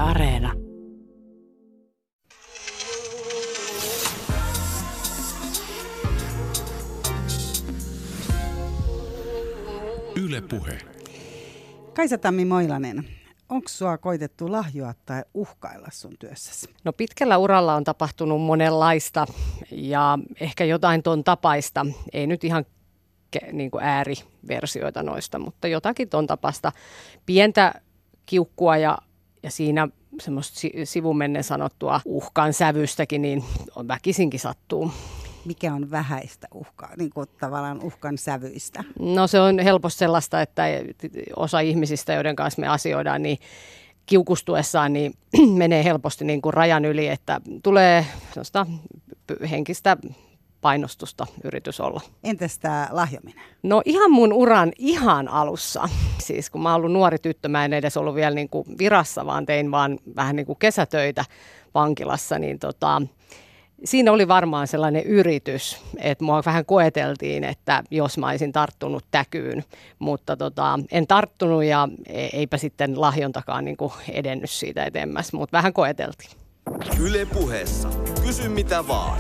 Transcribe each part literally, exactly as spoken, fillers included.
Areena. Yle Puhe. Kaisa Tammi Moilanen, onko sua koitettu lahjoa tai uhkailla sun työssäsi? No pitkällä uralla on tapahtunut monenlaista ja ehkä jotain ton tapaista, ei nyt ihan ke, niin kuin ääriversioita noista, mutta jotakin ton tapasta. Pientä kiukkua ja, ja siinä semmoista sivumennen sanottua uhkan sävystäkin, niin on väkisinkin sattuu. Mikä on vähäistä uhkaa, niin kuin tavallaan uhkan sävyistä? No se on helposti sellaista, että osa ihmisistä, joiden kanssa me asioidaan, niin kiukustuessaan niin menee helposti niin kuin rajan yli, että tulee sellaista henkistä painostusta yritys olla. Entäs tämä lahjominen? No ihan mun uran ihan alussa. Siis kun mä oon ollut nuori tyttö, mä en edes ollut vielä niin kuin virassa, vaan tein vaan vähän niin kuin kesätöitä vankilassa, niin tota... Siinä oli varmaan sellainen yritys, että mua vähän koeteltiin, että jos mä olisin tarttunut täkyyn, mutta tota, en tarttunut ja eipä sitten lahjontakaan niin kuin edennyt siitä edemmäs, mutta vähän koeteltiin. Yle Puheessa. Kysy mitä vaan.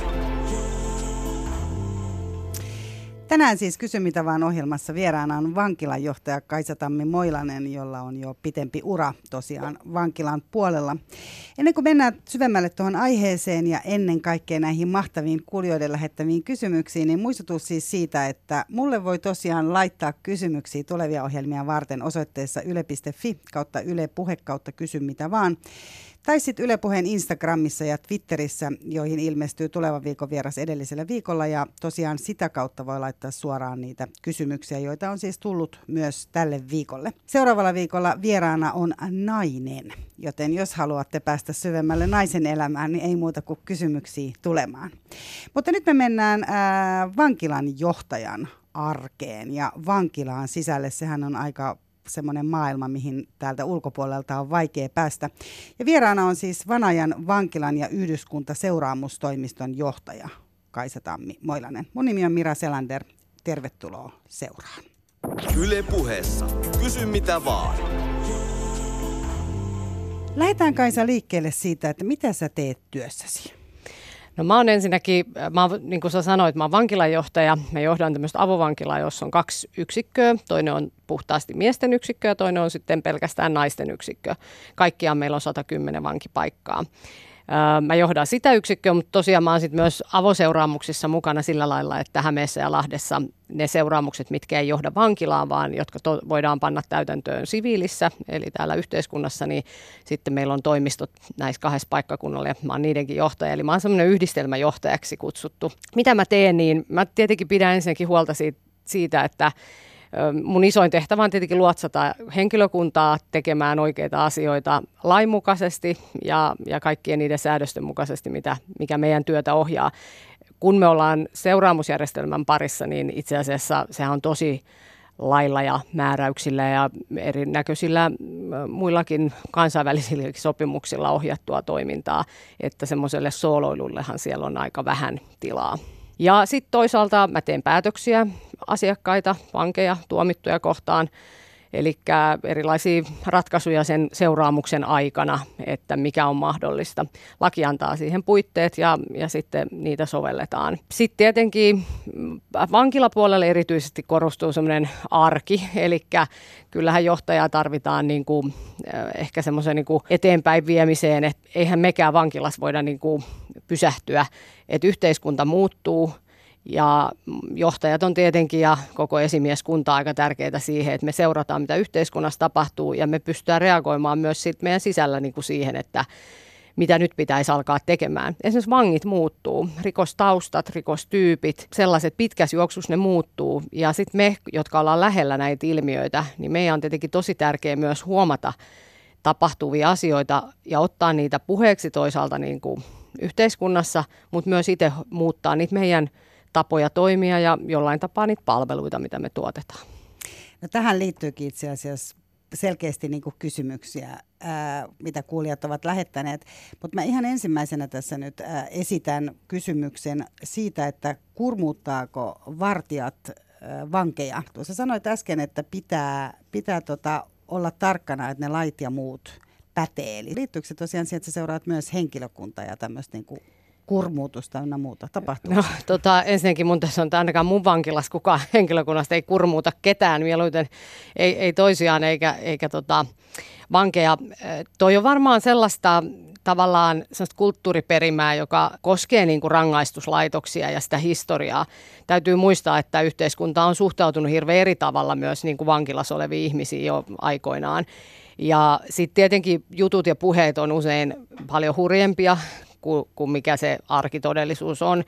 Tänään siis Kysy mitä vaan -ohjelmassa vieraana on vankilanjohtaja Kaisa Tammi Moilanen, jolla on jo pitempi ura tosiaan vankilan puolella. Ennen kuin mennään syvemmälle tuohon aiheeseen ja ennen kaikkea näihin mahtaviin kuulijoiden lähettäviin kysymyksiin, niin muistutus siis siitä, että mulle voi tosiaan laittaa kysymyksiä tulevia ohjelmia varten osoitteessa yle piste fi kautta Yle Puhe kautta Kysy mitä vaan. Tai sitten Yle Puheen Instagramissa ja Twitterissä, joihin ilmestyy tulevan viikon vieras edellisellä viikolla. Ja tosiaan sitä kautta voi laittaa suoraan niitä kysymyksiä, joita on siis tullut myös tälle viikolle. Seuraavalla viikolla vieraana on nainen, joten jos haluatte päästä syvemmälle naisen elämään, niin ei muuta kuin kysymyksiä tulemaan. Mutta nyt me mennään ää, vankilan johtajan arkeen ja vankilaan sisälle. Sehän on aika semmoinen maailma, mihin täältä ulkopuolelta on vaikea päästä. Ja vieraana on siis Vanajan vankilan ja yhdyskuntaseuraamustoimiston johtaja Kaisa Tammi Moilanen. Mun nimi on Mira Selander. Tervetuloa seuraan. Yle Puheessa. Kysy mitä vaan. Lähdetään Kaisa liikkeelle siitä, että mitä sä teet työssäsi? No mä oon ensinnäkin, mä oon, niin kuin sä sanoit, mä oon vankilanjohtaja. Mä johdan tämmöistä avovankilaa, jossa on kaksi yksikköä. Toinen on puhtaasti miesten yksikkö ja toinen on sitten pelkästään naisten yksikkö. Kaikkiaan meillä on sata kymmenen vankipaikkaa. Mä johdan sitä yksikköä, mutta tosiaan mä oon sitten myös avoseuraamuksissa mukana sillä lailla, että Hämeessä ja Lahdessa ne seuraamukset, mitkä ei johda vankilaan, vaan jotka to- voidaan panna täytäntöön siviilissä, eli täällä yhteiskunnassa, niin sitten meillä on toimistot näissä kahdessa paikkakunnalla ja mä oon niidenkin johtaja, eli mä oon semmoinen yhdistelmäjohtajaksi kutsuttu. Mitä mä teen, niin mä tietenkin pidän ensinnäkin huolta siitä, siitä että mun isoin tehtävä on tietenkin luotsata henkilökuntaa tekemään oikeita asioita lainmukaisesti ja, ja kaikkien niiden säädösten mukaisesti, mitä, mikä meidän työtä ohjaa. Kun me ollaan seuraamusjärjestelmän parissa, niin itse asiassa sehän on tosi lailla ja määräyksillä ja erinäköisillä muillakin kansainvälisillä sopimuksilla ohjattua toimintaa, että semmoiselle sooloilullehan siellä on aika vähän tilaa. Ja sitten toisaalta mä teen päätöksiä asiakkaita, vankeja, tuomittuja kohtaan, eli erilaisia ratkaisuja sen seuraamuksen aikana, että mikä on mahdollista. Laki antaa siihen puitteet ja, ja sitten niitä sovelletaan. Sitten tietenkin vankilapuolelle erityisesti korostuu semmoinen arki, eli kyllähän johtajaa tarvitaan niin kuin, ehkä semmoisen niin kuin eteenpäin viemiseen, että eihän mekään vankilassa voida niin kuin pysähtyä, että yhteiskunta muuttuu. Ja johtajat on tietenkin ja koko esimieskunta aika tärkeitä siihen, että me seurataan, mitä yhteiskunnassa tapahtuu ja me pystytään reagoimaan myös sit meidän sisällä niin kuin siihen, että mitä nyt pitäisi alkaa tekemään. Esimerkiksi vangit muuttuu, rikostaustat, rikostyypit, sellaiset pitkässä juoksussa ne muuttuu. Ja sitten me, jotka ollaan lähellä näitä ilmiöitä, niin meidän on tietenkin tosi tärkeää myös huomata tapahtuvia asioita ja ottaa niitä puheeksi toisaalta niin kuin yhteiskunnassa, mutta myös itse muuttaa niitä meidän tapoja toimia ja jollain tapaa niitä palveluita, mitä me tuotetaan. No tähän liittyykin itse asiassa selkeästi niin kuin kysymyksiä, ää, mitä kuulijat ovat lähettäneet. Mutta mä ihan ensimmäisenä tässä nyt ää, esitän kysymyksen siitä, että kurmuuttaako vartijat ää, vankeja. Tuossa sanoit äsken, että pitää, pitää tota olla tarkkana, että ne lait ja muut pätee. Eli liittyykö se tosiaan siihen, että sä seuraat myös henkilökuntaa ja tämmöistä niin kuin kurmuutusta ynnä muuta tapahtuu? No tota, ensinnäkin mun tässä on, että ainakaan mun vankilassa kukaan henkilökunnasta ei kurmuuta ketään, mieluiten ei, ei toisiaan eikä, eikä tota, vankeja. Toi on varmaan sellaista tavallaan sellaista kulttuuriperimää, joka koskee niin kuin rangaistuslaitoksia ja sitä historiaa. Täytyy muistaa, että yhteiskunta on suhtautunut hirveän eri tavalla myös niin kuin vankilassa oleviin ihmisiin jo aikoinaan. Ja sitten tietenkin jutut ja puheet on usein paljon hurjempia kuin, kuin mikä se arkitodellisuus on.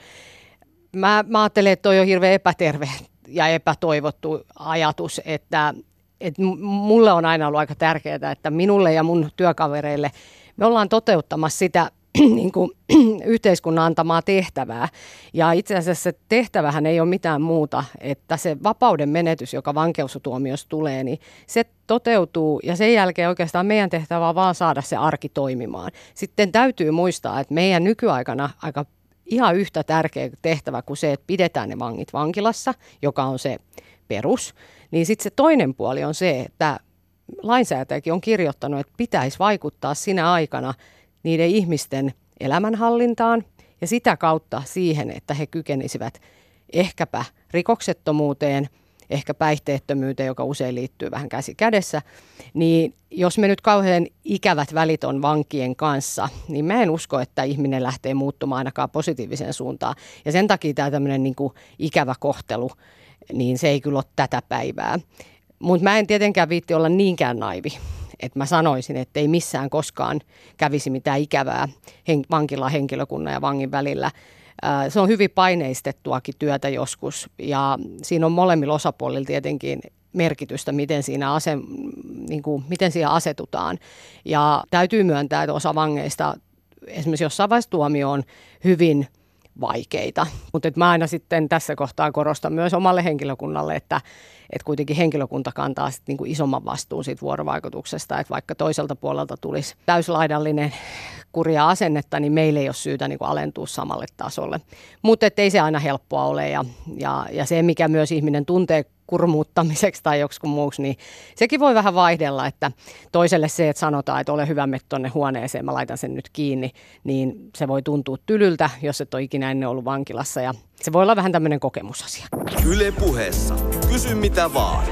Mä, mä ajattelen, että toi on hirveän epäterve ja epätoivottu ajatus, että, että mulle on aina ollut aika tärkeää, että minulle ja mun työkavereille me ollaan toteuttamassa sitä niin kuin, yhteiskunnan antamaa tehtävää. Ja itse asiassa se tehtävähän ei ole mitään muuta, että se vapauden menetys, joka vankeustuomiossa tulee, niin se toteutuu ja sen jälkeen oikeastaan meidän tehtävä on vaan saada se arki toimimaan. Sitten täytyy muistaa, että meidän nykyaikana aika ihan yhtä tärkeä tehtävä kuin se, että pidetään ne vangit vankilassa, joka on se perus, niin sitten se toinen puoli on se, että lainsäätäjäkin on kirjoittanut, että pitäisi vaikuttaa sinä aikana niiden ihmisten elämänhallintaan ja sitä kautta siihen, että he kykenisivät ehkäpä rikoksettomuuteen, ehkä päihteettömyyteen, joka usein liittyy vähän käsi kädessä, niin jos me nyt kauhean ikävät välit on vankien kanssa, niin mä en usko, että ihminen lähtee muuttumaan ainakaan positiiviseen suuntaan. Ja sen takia tämä tämmöinen niin kuin ikävä kohtelu, niin se ei kyllä ole tätä päivää. Mutta mä en tietenkään viitti olla niinkään naivi, että mä sanoisin, että ei missään koskaan kävisi mitään ikävää hen- vankilan henkilökunnan ja vangin välillä. Ää, se on hyvin paineistettuakin työtä joskus ja siinä on molemmilla osapuolilla tietenkin merkitystä, miten siinä ase, niin kuin, miten siihen asetutaan. Ja täytyy myöntää, että osa vangeista esimerkiksi jossain vaiheessa tuomio on hyvin vaikeita. Mutta mä aina sitten tässä kohtaa korostan myös omalle henkilökunnalle, että, että kuitenkin henkilökunta kantaa sit niinku isomman vastuun siitä vuorovaikutuksesta, että vaikka toiselta puolelta tulisi täyslaidallinen kurja asennetta, niin meillä ei ole syytä niinku alentua samalle tasolle. Mutta ei se aina helppoa ole ja, ja, ja se, mikä myös ihminen tuntee kurmuuttamiseksi tai joksikun muuksi, niin sekin voi vähän vaihdella, että toiselle se, että sanotaan, että ole hyvä, mene tuonne huoneeseen, mä laitan sen nyt kiinni, niin se voi tuntua tylyltä, jos et ole ikinä ennen ollut vankilassa ja se voi olla vähän tämmöinen kokemusasia. Yle Puheessa. Kysy mitä vaan.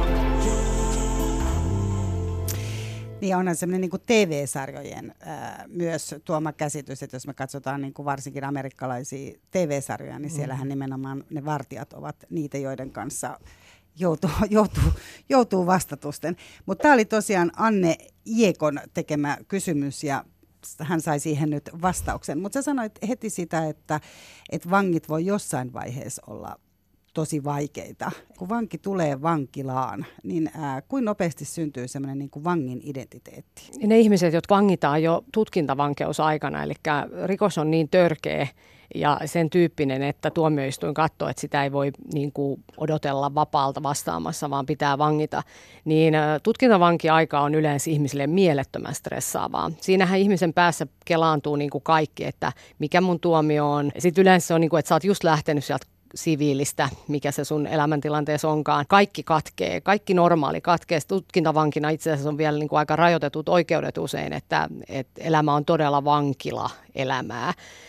Niin onhan semmoinen niin kuin T V-sarjojen ää, myös tuoma käsitys, että jos me katsotaan niin kuin varsinkin amerikkalaisia T V-sarjoja, niin siellähän nimenomaan ne vartijat ovat niitä, joiden kanssa joutuu, joutuu, joutuu vastatusten. Mutta tämä oli tosiaan Anne Iekon tekemä kysymys ja hän sai siihen nyt vastauksen. Mutta sä sanoit heti sitä, että, että vangit voi jossain vaiheessa olla tosi vaikeita. Kun vanki tulee vankilaan, niin ää, kuinka nopeasti syntyy semmoinen niin kuin vangin identiteetti? Ne ihmiset, jotka vangitaan jo tutkintavankeusaikana, eli rikos on niin törkeä ja sen tyyppinen, että tuomioistuin katsoo, että sitä ei voi niin kuin odotella vapaalta vastaamassa, vaan pitää vangita, niin tutkintavankiaika on yleensä ihmisille mielettömän stressaavaa. Siinähän ihmisen päässä kelaantuu niin kuin kaikki, että mikä mun tuomio on. Sitten yleensä se on niin kuin, että sä oot just lähtenyt sieltä siviilistä, mikä se sun elämäntilanteessa onkaan. Kaikki katkee, kaikki normaali katkee. Tutkintavankina itse asiassa on vielä niin kuin aika rajoitetut oikeudet usein, että, että elämä on todella vankila-elämää.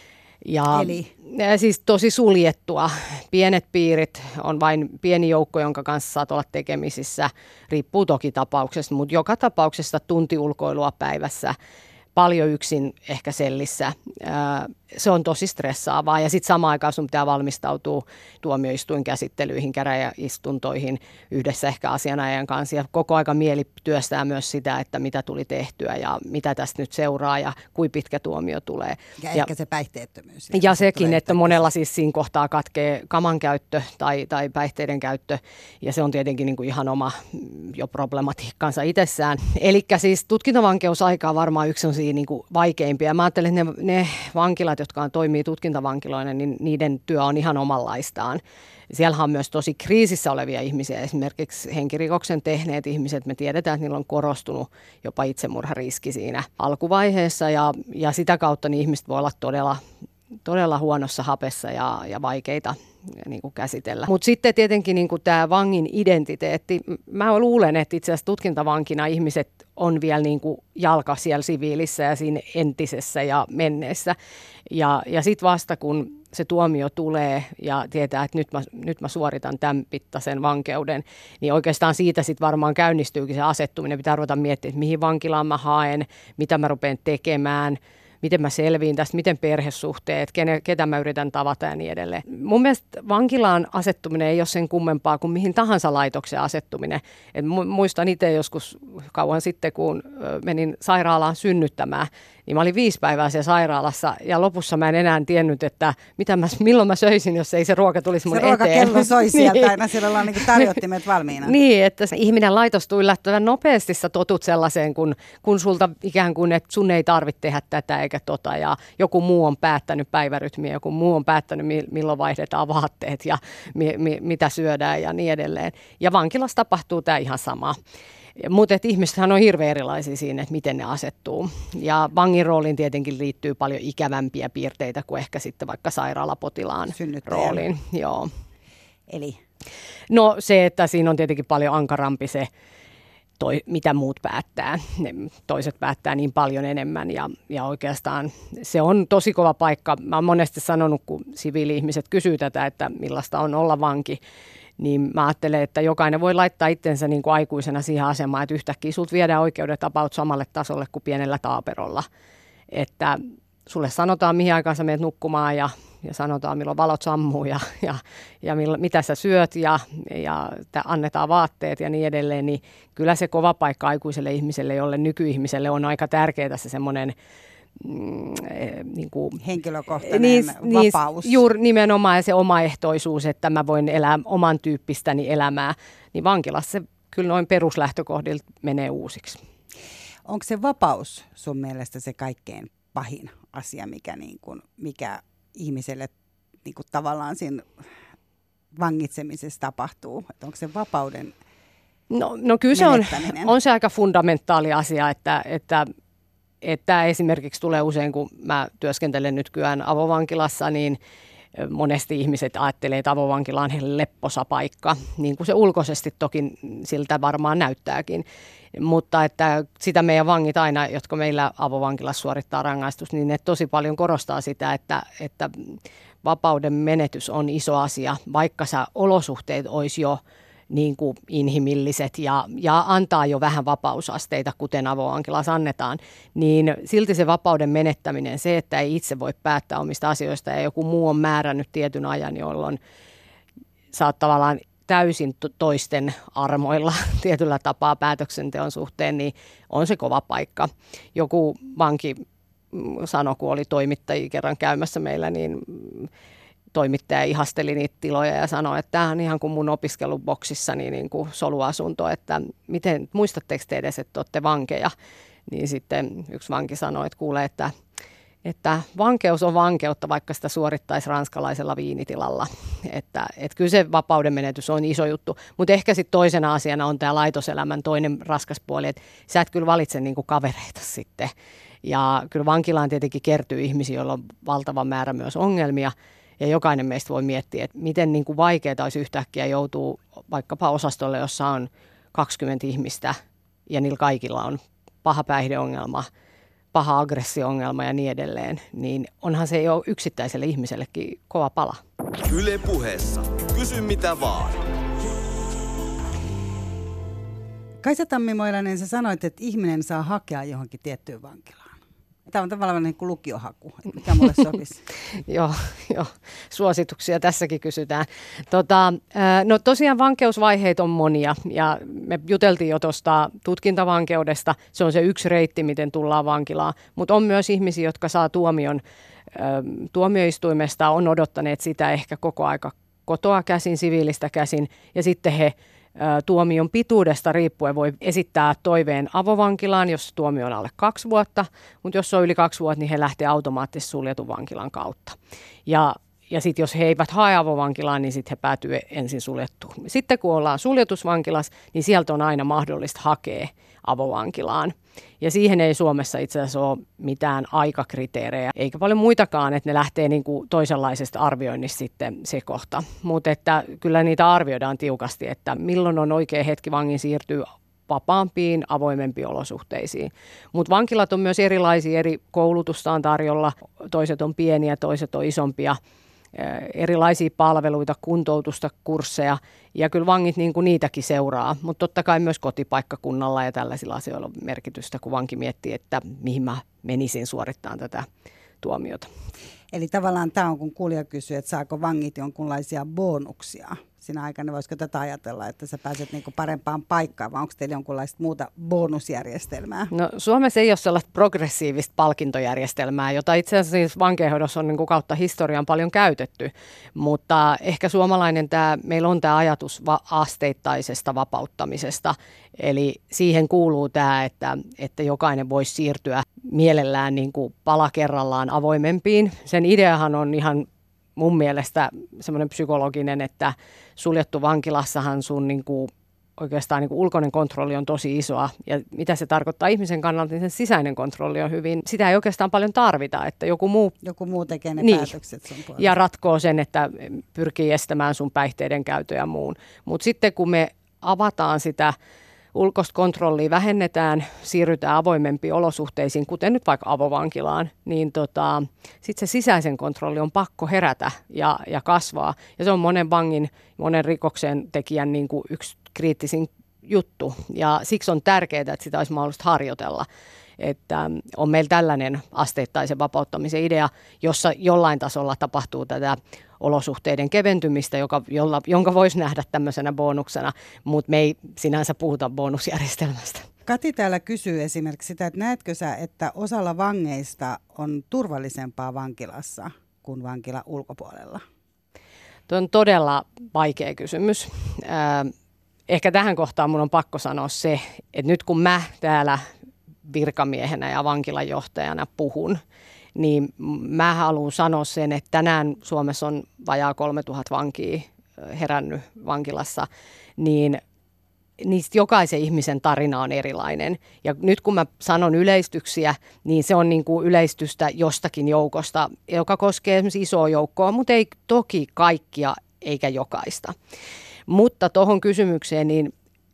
Ja Eli? Siis tosi suljettua. Pienet piirit on vain pieni joukko, jonka kanssa saat olla tekemisissä. Riippuu toki tapauksesta, mutta joka tapauksessa tunti ulkoilua päivässä. Paljon yksin ehkä sellissä. Se on tosi stressaavaa ja sitten samaan aikaan sun pitää valmistautua tuomioistuinkäsittelyihin, käräjäistuntoihin yhdessä ehkä asianajajan kanssa. Ja koko aika mieli työstää myös sitä, että mitä tuli tehtyä ja mitä tästä nyt seuraa ja kuinka pitkä tuomio tulee. Ja, ja ehkä se päihteettömyys. Ja sekin, että monella siis siinä kohtaa katkee kaman käyttö tai, tai päihteiden käyttö ja se on tietenkin niin kuin ihan oma jo problematiikkansa itsessään. Eli siis tutkintavankeusaika on varmaan yksi on siinä niin kuin vaikeimpia. Mä ajattelen, että ne, ne vankilat, jotka toimii tutkintavankiloina, niin niiden työ on ihan omanlaistaan. Siellä on myös tosi kriisissä olevia ihmisiä, esimerkiksi henkirikoksen tehneet ihmiset. Me tiedetään, että niillä on korostunut jopa itsemurhariski siinä alkuvaiheessa ja, ja sitä kautta niin ihmiset voi olla todella, todella huonossa hapessa ja, ja vaikeita, niin kuin käsitellä. Mutta sitten tietenkin niin kuin tämä vangin identiteetti. Mä luulen, että itse asiassa tutkintavankina ihmiset on vielä niin kuin jalka siellä siviilissä ja siinä entisessä ja menneessä. Ja, ja sitten vasta kun se tuomio tulee ja tietää, että nyt mä, nyt mä suoritan tämän pittaisen vankeuden, niin oikeastaan siitä sitten varmaan käynnistyykin se asettuminen. Pitää ruveta miettimään, että mihin vankilaan mä haen, mitä mä rupean tekemään, miten mä selviin tästä, miten perhesuhteet, kene, ketä mä yritän tavata ja niin edelleen. Mun mielestä vankilaan asettuminen ei ole sen kummempaa kuin mihin tahansa laitokseen asettuminen. Et muistan itse joskus kauan sitten, kun menin sairaalaan synnyttämään, niin mä olin viisi päivää siellä sairaalassa ja lopussa mä en enää tiennyt, että mitä mä, milloin mä söisin, jos ei se ruoka tulisi mun se eteen. Se ruokakello soi sieltä niin. Aina, siellä ollaan niin tarjottimet valmiina. Niin, että se ihminen laitostuu yllättävän nopeasti, sä totut sellaiseen, kun, kun sulta ikään kuin, että sun ei tarvitse tehdä tätä eikä tota ja joku muu on päättänyt päivärytmiä, joku muu on päättänyt, milloin vaihdetaan vaatteet ja mi, mi, mitä syödään ja niin edelleen. Ja vankilassa tapahtuu tämä ihan sama. Mutta ihmisethän on hirveän erilaisia siinä, että miten ne asettuu. Ja vangin rooliin tietenkin liittyy paljon ikävämpiä piirteitä kuin ehkä sitten vaikka sairaalapotilaan rooliin. Joo. Eli? No se, että siinä on tietenkin paljon ankarampi se, toi, mitä muut päättää. Ne toiset päättää niin paljon enemmän ja, ja oikeastaan se on tosi kova paikka. Mä oon monesti sanonut, kun siviili-ihmiset kysyy tätä, että millaista on olla vanki, niin mä ajattelen, että jokainen voi laittaa itsensä niin kuin aikuisena siihen asemaan, että yhtäkkiä sulta viedään oikeudet about samalle tasolle kuin pienellä taaperolla. Että sulle sanotaan, mihin aikaan sä menet nukkumaan ja, ja sanotaan, milloin valot sammuu ja, ja, ja millä, mitä sä syöt ja, ja annetaan vaatteet ja niin edelleen. Niin kyllä se kova paikka aikuiselle ihmiselle, jolle nykyihmiselle on aika tärkeää se semmoinen Mm, niin kuin, henkilökohtainen niin, vapaus. Niin, juuri nimenomaan se omaehtoisuus, että mä voin elää oman tyyppistäni elämää, niin vankilassa se kyllä noin peruslähtökohdilta menee uusiksi. Onko se vapaus sun mielestä se kaikkein pahin asia, mikä, niin kuin, mikä ihmiselle niin kuin tavallaan siinä vangitsemisessa tapahtuu? Että onko se vapauden No, no kyllä se on, on se aika fundamentaali asia, että, että Että esimerkiksi tulee usein, kun mä työskentelen nykyään avovankilassa, niin monesti ihmiset ajattelee, että avovankila on heille lepposa paikka, niin kuin se ulkoisesti toki siltä varmaan näyttääkin. Mutta että sitä meidän vangit aina, jotka meillä avovankilassa suorittaa rangaistus, niin ne tosi paljon korostaa sitä, että, että vapauden menetys on iso asia, vaikka sä olosuhteet olisi jo niin kuin inhimilliset ja, ja antaa jo vähän vapausasteita, kuten avovankilassa annetaan, niin silti se vapauden menettäminen, se, että ei itse voi päättää omista asioista ja joku muu on määrännyt tietyn ajan, jolloin sä oot tavallaan täysin toisten armoilla tietyllä tapaa päätöksenteon suhteen, niin on se kova paikka. Joku vanki sanoi, kun oli toimittajia kerran käymässä meillä, niin toimittaja ihasteli niitä tiloja ja sanoi, että tämä on ihan kuin mun opiskeluboksissani niin kuin soluasunto, että miten, muistatteko te edes, että olette vankeja? Niin sitten yksi vanki sanoi, että kuulee, että, että vankeus on vankeutta, vaikka sitä suorittaisi ranskalaisella viinitilalla. Että, että kyllä se vapauden menetys on iso juttu, mutta ehkä sitten toisena asiana on tämä laitoselämän toinen raskas puoli, että sä et kyllä valitse niin kuin kavereita sitten. Ja kyllä vankilaan tietenkin kertyy ihmisiä, joilla on valtava määrä myös ongelmia. Ja jokainen meistä voi miettiä, että miten niin kuin vaikeaa olisi yhtäkkiä joutuu vaikkapa osastolle, jossa on kaksikymmentä ihmistä ja niillä kaikilla on paha päihdeongelma, paha aggressio-ongelma ja niin edelleen. Niin onhan se jo yksittäiselle ihmisellekin kova pala. Yle Puheessa. Kysy mitä vaan. Kaisa Tammimoilainen, sä sanoit, että ihminen saa hakea johonkin tiettyyn vankilaan. Tämä on tavallaan niin kuin lukiohaku, mikä mulle sopisi. Joo, jo. Suosituksia tässäkin kysytään. Tota, no tosiaan vankeusvaiheet on monia ja me juteltiin jo tuosta tutkintavankeudesta. Se on se yksi reitti, miten tullaan vankilaan, mutta on myös ihmisiä, jotka saa tuomion tuomioistuimesta, on odottaneet sitä ehkä koko aika kotoa käsin, siviilistä käsin ja sitten he tuomion pituudesta riippuen voi esittää toiveen avovankilaan, jos tuomio on alle kaksi vuotta, mutta jos on yli kaksi vuotta, niin he lähtee automaattisesti suljetun vankilan kautta. Ja, ja sitten jos he eivät hae avovankilaan, niin sitten he päätyy ensin suljettuun. Sitten kun ollaan suljetusvankilassa, niin sieltä on aina mahdollista hakea avovankilaan. Ja siihen ei Suomessa itse asiassa ole mitään aikakriteerejä, eikä paljon muitakaan, että ne lähtee niin kuin toisenlaisesta arvioinnista sitten se kohta. Mutta että kyllä niitä arvioidaan tiukasti, että milloin on oikea hetki vangin siirtyä vapaampiin, avoimempiin olosuhteisiin. Mutta vankilat on myös erilaisia, eri koulutusta on tarjolla, toiset on pieniä, toiset on isompia, erilaisia palveluita, kuntoutusta, kursseja, ja kyllä vangit niin kuin niitäkin seuraa, mutta totta kai myös kotipaikkakunnalla ja tällaisilla asioilla on merkitystä, kun vanki miettii, että mihin mä menisin suorittamaan tätä tuomiota. Eli tavallaan tämä on, kun kuulija kysyy, että saako vangit jonkunlaisia bonuksia siinä aikana, voisiko tätä ajatella, että sä pääset niinku parempaan paikkaan, vai onko teillä jonkunlaista muuta bonusjärjestelmää? No, Suomessa ei ole sellaista progressiivista palkintojärjestelmää, jota itse asiassa siis vankeinhoidossa on niinku kautta historian paljon käytetty, mutta ehkä suomalainen tämä, meillä on tämä ajatus va- asteittaisesta vapauttamisesta, eli siihen kuuluu tämä, että, että jokainen voisi siirtyä mielellään niinku pala kerrallaan avoimempiin. Sen ideahan on ihan mun mielestä semmoinen psykologinen, että suljettu vankilassahan sun niin kuin, oikeastaan niin kuin ulkoinen kontrolli on tosi isoa. Ja mitä se tarkoittaa ihmisen kannalta, niin sen sisäinen kontrolli on hyvin. Sitä ei oikeastaan paljon tarvita, että joku muu, joku muu tekee ne niin, päätökset sun puolesta. Ja ratkoo sen, että pyrkii estämään sun päihteiden käytön ja muun. Mutta sitten kun me avataan sitä ulkoista kontrollia, vähennetään, siirrytään avoimempiin olosuhteisiin, kuten nyt vaikka avovankilaan, niin tota, sitten se sisäisen kontrolli on pakko herätä ja, ja kasvaa. Ja se on monen vangin, monen rikoksen tekijän niin kuin yksi kriittisin juttu. Ja siksi on tärkeää, että sitä olisi mahdollista harjoitella. Että on meillä tällainen asteittaisen vapauttamisen idea, jossa jollain tasolla tapahtuu tätä olosuhteiden keventymistä, joka, jolla, jonka voisi nähdä tämmöisenä bonuksena, mutta me ei sinänsä puhuta bonusjärjestelmästä. Kati täällä kysyy esimerkiksi sitä, että näetkö sä, että osalla vangeista on turvallisempaa vankilassa kuin vankila ulkopuolella? Tuo on todella vaikea kysymys. Äh, ehkä tähän kohtaan mun on pakko sanoa se, että nyt kun mä täällä virkamiehenä ja vankilanjohtajana puhun, niin mä haluan sanoa sen, että tänään Suomessa on vajaa kolmetuhatta vankia herännyt vankilassa, niin niistä jokaisen ihmisen tarina on erilainen. Ja nyt kun mä sanon yleistyksiä, niin se on niin kuin yleistystä jostakin joukosta, joka koskee esimerkiksi isoa joukkoa, mutta ei toki kaikkia eikä jokaista. Mutta tuohon kysymykseen, niin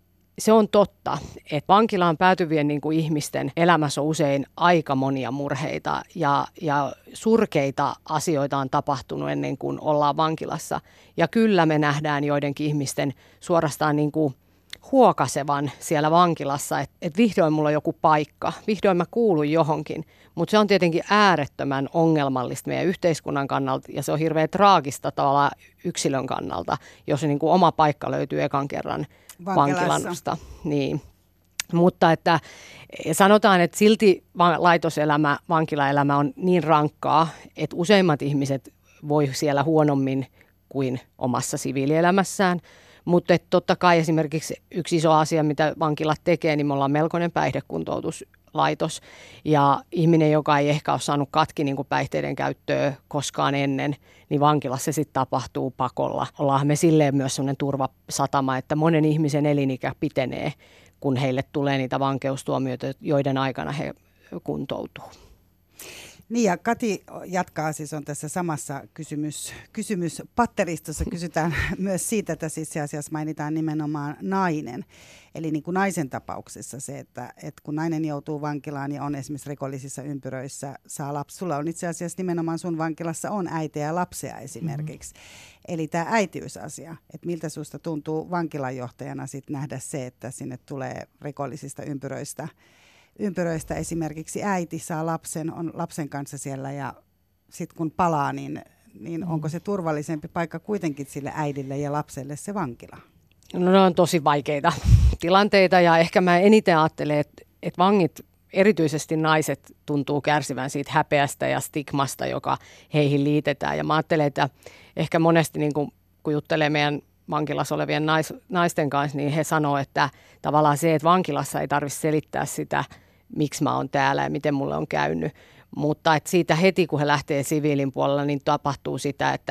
se on totta, että vankilaan päätyvien niin kuin ihmisten elämässä on usein aika monia murheita ja, ja surkeita asioita on tapahtunut ennen kuin ollaan vankilassa. Ja kyllä me nähdään joidenkin ihmisten suorastaan niin kuin huokasevan siellä vankilassa, että, että vihdoin mulla on joku paikka, vihdoin mä kuulun johonkin. Mutta se on tietenkin äärettömän ongelmallista meidän yhteiskunnan kannalta ja se on hirveän traagista tavallaan yksilön kannalta, jos se niin kuin oma paikka löytyy ekan kerran vankilasta. Niin. Mutta että sanotaan, että silti laitoselämä, vankilaelämä on niin rankkaa, että useimmat ihmiset voi siellä huonommin kuin omassa siviilielämässään. Mutta totta kai esimerkiksi yksi iso asia, mitä vankilat tekee, niin me ollaan melkoinen päihdekuntoutuslaitos. Ja ihminen, joka ei ehkä ole saanut katki niin kuin päihteiden käyttöä koskaan ennen, niin vankilassa se sitten tapahtuu pakolla. Ollaan me silleen myös sellainen turvasatama, että monen ihmisen elinikä pitenee, kun heille tulee niitä vankeustuomioita, joiden aikana he kuntoutuu. Niin ja Kati jatkaa, siis on tässä samassa kysymys, kysymyspatteristossa kysytään myös siitä, että siis se asiassa mainitaan nimenomaan nainen. Eli niin kuin naisen tapauksessa se, että, että kun nainen joutuu vankilaan ja on esimerkiksi rikollisissa ympyröissä, saa lapsi. Sulla on itse asiassa nimenomaan sun vankilassa on äitiä ja lapsia esimerkiksi. Mm-hmm. Eli tämä äitiysasia, että miltä susta tuntuu vankilanjohtajana sit nähdä se, että sinne tulee rikollisista ympyröistä Ympyröistä esimerkiksi äiti saa lapsen, on lapsen kanssa siellä ja sitten kun palaa, niin, niin onko se turvallisempi paikka kuitenkin sille äidille ja lapselle se vankila? No ne on tosi vaikeita tilanteita ja ehkä mä eniten ajattelen, että, että vangit, erityisesti naiset, tuntuu kärsivän siitä häpeästä ja stigmasta, joka heihin liitetään. Ja mä ajattelen, että ehkä monesti niin kun, kun juttelee meidän vankilassa olevien nais, naisten kanssa, niin he sanoo, että tavallaan se, että vankilassa ei tarvitse selittää sitä, miksi mä oon täällä ja miten mulle on käynyt. Mutta että siitä heti, kun he lähtee siviilin puolella, niin tapahtuu sitä, että,